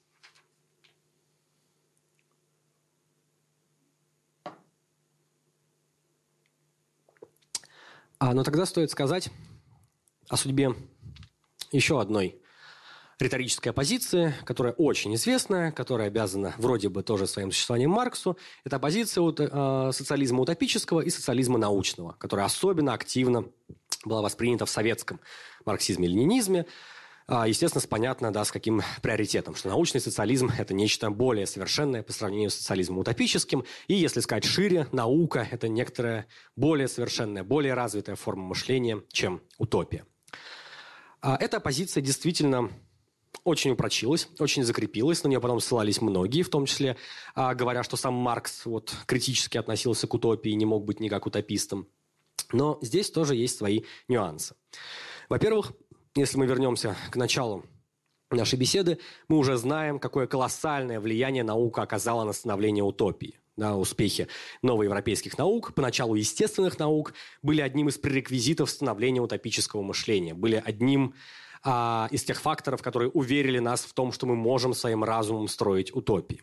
B: А, но тогда стоит сказать о судьбе еще одной риторической оппозиции, которая очень известная, которая обязана вроде бы тоже своим существованием Марксу. Это оппозиция от, э, социализма утопического и социализма научного, которая особенно активно была воспринята в советском марксизме и ленинизме. Э, естественно, понятно, да, с каким приоритетом, что научный социализм – это нечто более совершенное по сравнению с социализмом утопическим. И, если сказать шире, наука – это некоторая более совершенная, более развитая форма мышления, чем утопия. Э, эта оппозиция действительно очень упрочилась, очень закрепилась, на нее потом ссылались многие, в том числе а, говоря, что сам Маркс вот, критически относился к утопии и не мог быть никак утопистом. Но здесь тоже есть свои нюансы. Во-первых, если мы вернемся к началу нашей беседы, мы уже знаем, какое колоссальное влияние наука оказала на становление утопии. да, успехи новоевропейских наук, поначалу естественных наук, были одним из пререквизитов становления утопического мышления, были одним а, из тех факторов, которые уверили нас в том, что мы можем своим разумом строить утопии.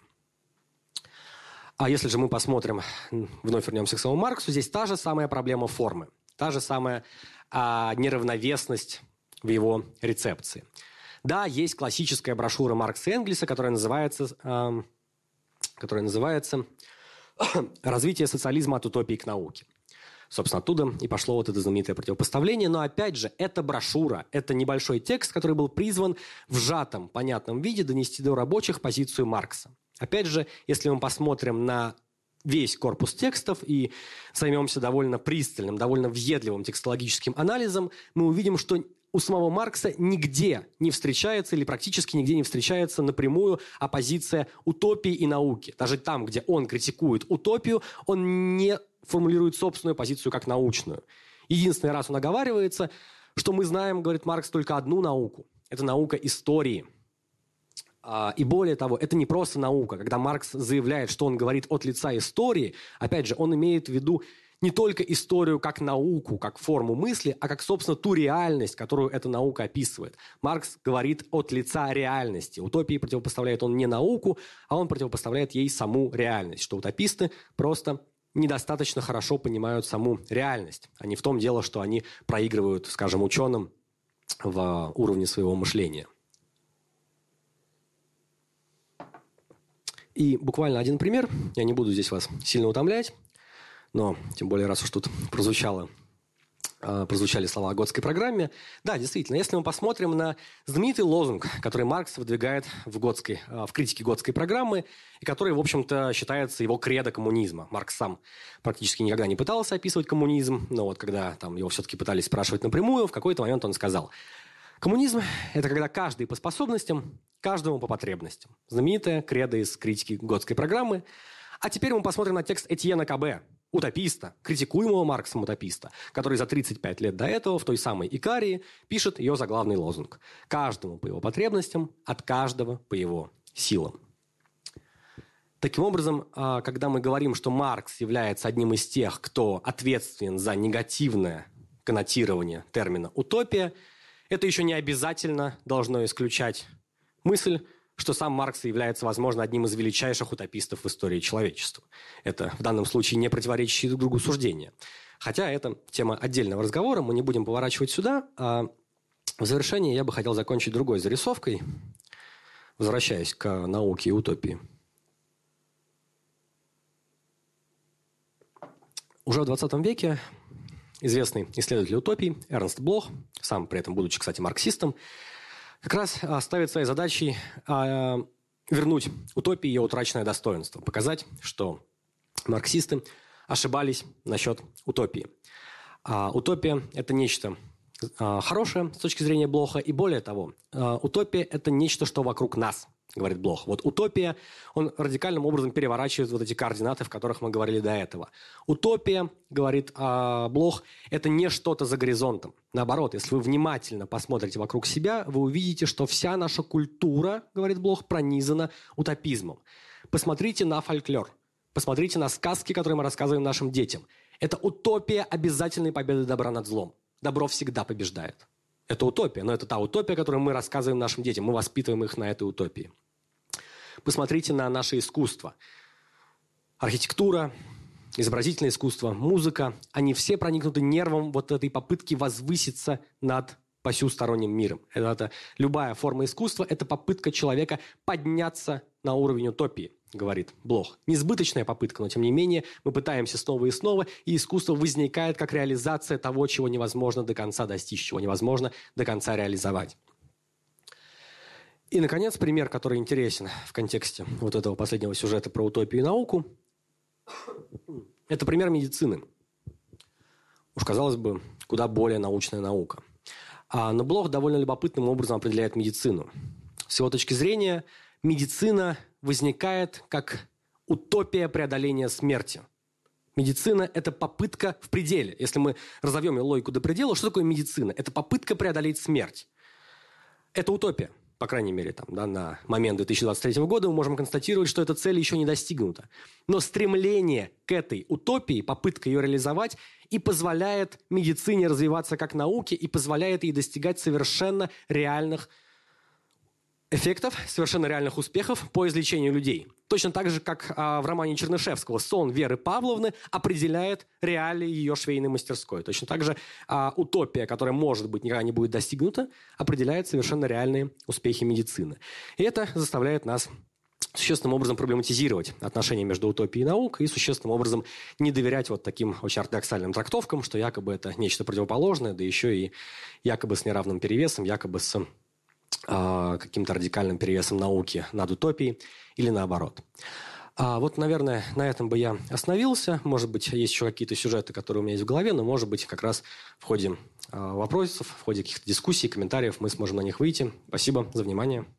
B: А если же мы посмотрим, вновь вернемся к самому Марксу, здесь та же самая проблема формы, та же самая а, неравновесность в его рецепции. Да, есть классическая брошюра Маркса и Энгельса, которая называется, э, которая называется «Развитие социализма от утопии к науке». Собственно, оттуда и пошло вот это знаменитое противопоставление. Но, опять же, это брошюра, это небольшой текст, который был призван в сжатом, понятном виде донести до рабочих позицию Маркса. Опять же, если мы посмотрим на весь корпус текстов и займемся довольно пристальным, довольно въедливым текстологическим анализом, мы увидим, что у самого Маркса нигде не встречается или практически нигде не встречается напрямую оппозиция утопии и науки. Даже там, где он критикует утопию, он не формулирует собственную позицию как научную. Единственный раз он оговаривается, что мы знаем, говорит Маркс, только одну науку. Это наука истории. И более того, это не просто наука. Когда Маркс заявляет, что он говорит от лица истории, опять же, он имеет в виду не только историю как науку, как форму мысли, а как, собственно, ту реальность, которую эта наука описывает. Маркс говорит от лица реальности. Утопии противопоставляет он не науку, а он противопоставляет ей саму реальность, что утописты просто недостаточно хорошо понимают саму реальность, а не в том дело, что они проигрывают, скажем, ученым в уровне своего мышления. И буквально один пример, я не буду здесь вас сильно утомлять, но, тем более, раз уж тут прозвучало, э, прозвучали слова о Готской программе. Да, действительно, если мы посмотрим на знаменитый лозунг, который Маркс выдвигает в, Готской, э, в критике Готской программы, и который, в общем-то, считается его кредо коммунизма. Маркс сам практически никогда не пытался описывать коммунизм, но вот когда там, его все-таки пытались спрашивать напрямую, в какой-то момент он сказал: коммунизм – это когда каждый по способностям, каждому по потребностям. Знаменитая кредо из критики Готской программы. А теперь мы посмотрим на текст Этьена Кабе, утописта, критикуемого Марксом утописта, который за тридцать пять лет до этого в той самой Икарии пишет ее заглавный лозунг: «Каждому по его потребностям, от каждого по его силам». Таким образом, когда мы говорим, что Маркс является одним из тех, кто ответственен за негативное коннотирование термина «утопия», это еще не обязательно должно исключать мысль, что сам Маркс является, возможно, одним из величайших утопистов в истории человечества. Это в данном случае не противоречащие друг другу суждения. Хотя это тема отдельного разговора, мы не будем поворачивать сюда. А в завершение я бы хотел закончить другой зарисовкой, возвращаясь к науке и утопии. Уже в двадцатом веке известный исследователь утопий Эрнст Блох, сам при этом будучи, кстати, марксистом, как раз ставит своей задачей а, вернуть утопии ее утраченное достоинство, показать, что марксисты ошибались насчет утопии. А, утопия – это нечто а, хорошее с точки зрения Блоха, и более того, а, утопия – это нечто, что вокруг нас, говорит Блох. Вот утопия, он радикальным образом переворачивает вот эти координаты, в которых мы говорили до этого. Утопия, говорит э, Блох, это не что-то за горизонтом. Наоборот, если вы внимательно посмотрите вокруг себя, вы увидите, что вся наша культура, говорит Блох, пронизана утопизмом. Посмотрите на фольклор, посмотрите на сказки, которые мы рассказываем нашим детям. Это утопия обязательной победы добра над злом. Добро всегда побеждает. Это утопия, но это та утопия, которую мы рассказываем нашим детям. Мы воспитываем их на этой утопии. Посмотрите на наше искусство. Архитектура, изобразительное искусство, музыка. Они все проникнуты нервом вот этой попытки возвыситься над посюсторонним миром. Это, это, любая форма искусства – это попытка человека подняться на уровень утопии, говорит Блох. Несбыточная попытка, но тем не менее мы пытаемся снова и снова, и искусство возникает как реализация того, чего невозможно до конца достичь, чего невозможно до конца реализовать. И, наконец, пример, который интересен в контексте вот этого последнего сюжета про утопию и науку, это пример медицины. Уж, казалось бы, куда более научная наука. А, но Блох довольно любопытным образом определяет медицину. С его точки зрения, медицина возникает как утопия преодоления смерти. Медицина – это попытка в пределе. Если мы разовьем ее логику до предела, что такое медицина? Это попытка преодолеть смерть. Это утопия. по крайней мере, там, да, на момент две тысячи двадцать третьего года мы можем констатировать, что эта цель еще не достигнута. Но стремление к этой утопии, попытка ее реализовать, и позволяет медицине развиваться как науке, и позволяет ей достигать совершенно реальных эффектов, совершенно реальных успехов по излечению людей. Точно так же, как а, в романе Чернышевского «Сон Веры Павловны» определяет реалии ее швейной мастерской. Точно так же а, утопия, которая, может быть, никогда не будет достигнута, определяет совершенно реальные успехи медицины. И это заставляет нас существенным образом проблематизировать отношения между утопией и наукой и существенным образом не доверять вот таким очень ортодоксальным трактовкам, что якобы это нечто противоположное, да еще и якобы с неравным перевесом, якобы с каким-то радикальным перевесом науки над утопией или наоборот. А вот, наверное, на этом бы я остановился. Может быть, есть еще какие-то сюжеты, которые у меня есть в голове, но, может быть, как раз в ходе вопросов, в ходе каких-то дискуссий, комментариев мы сможем на них выйти. Спасибо за внимание.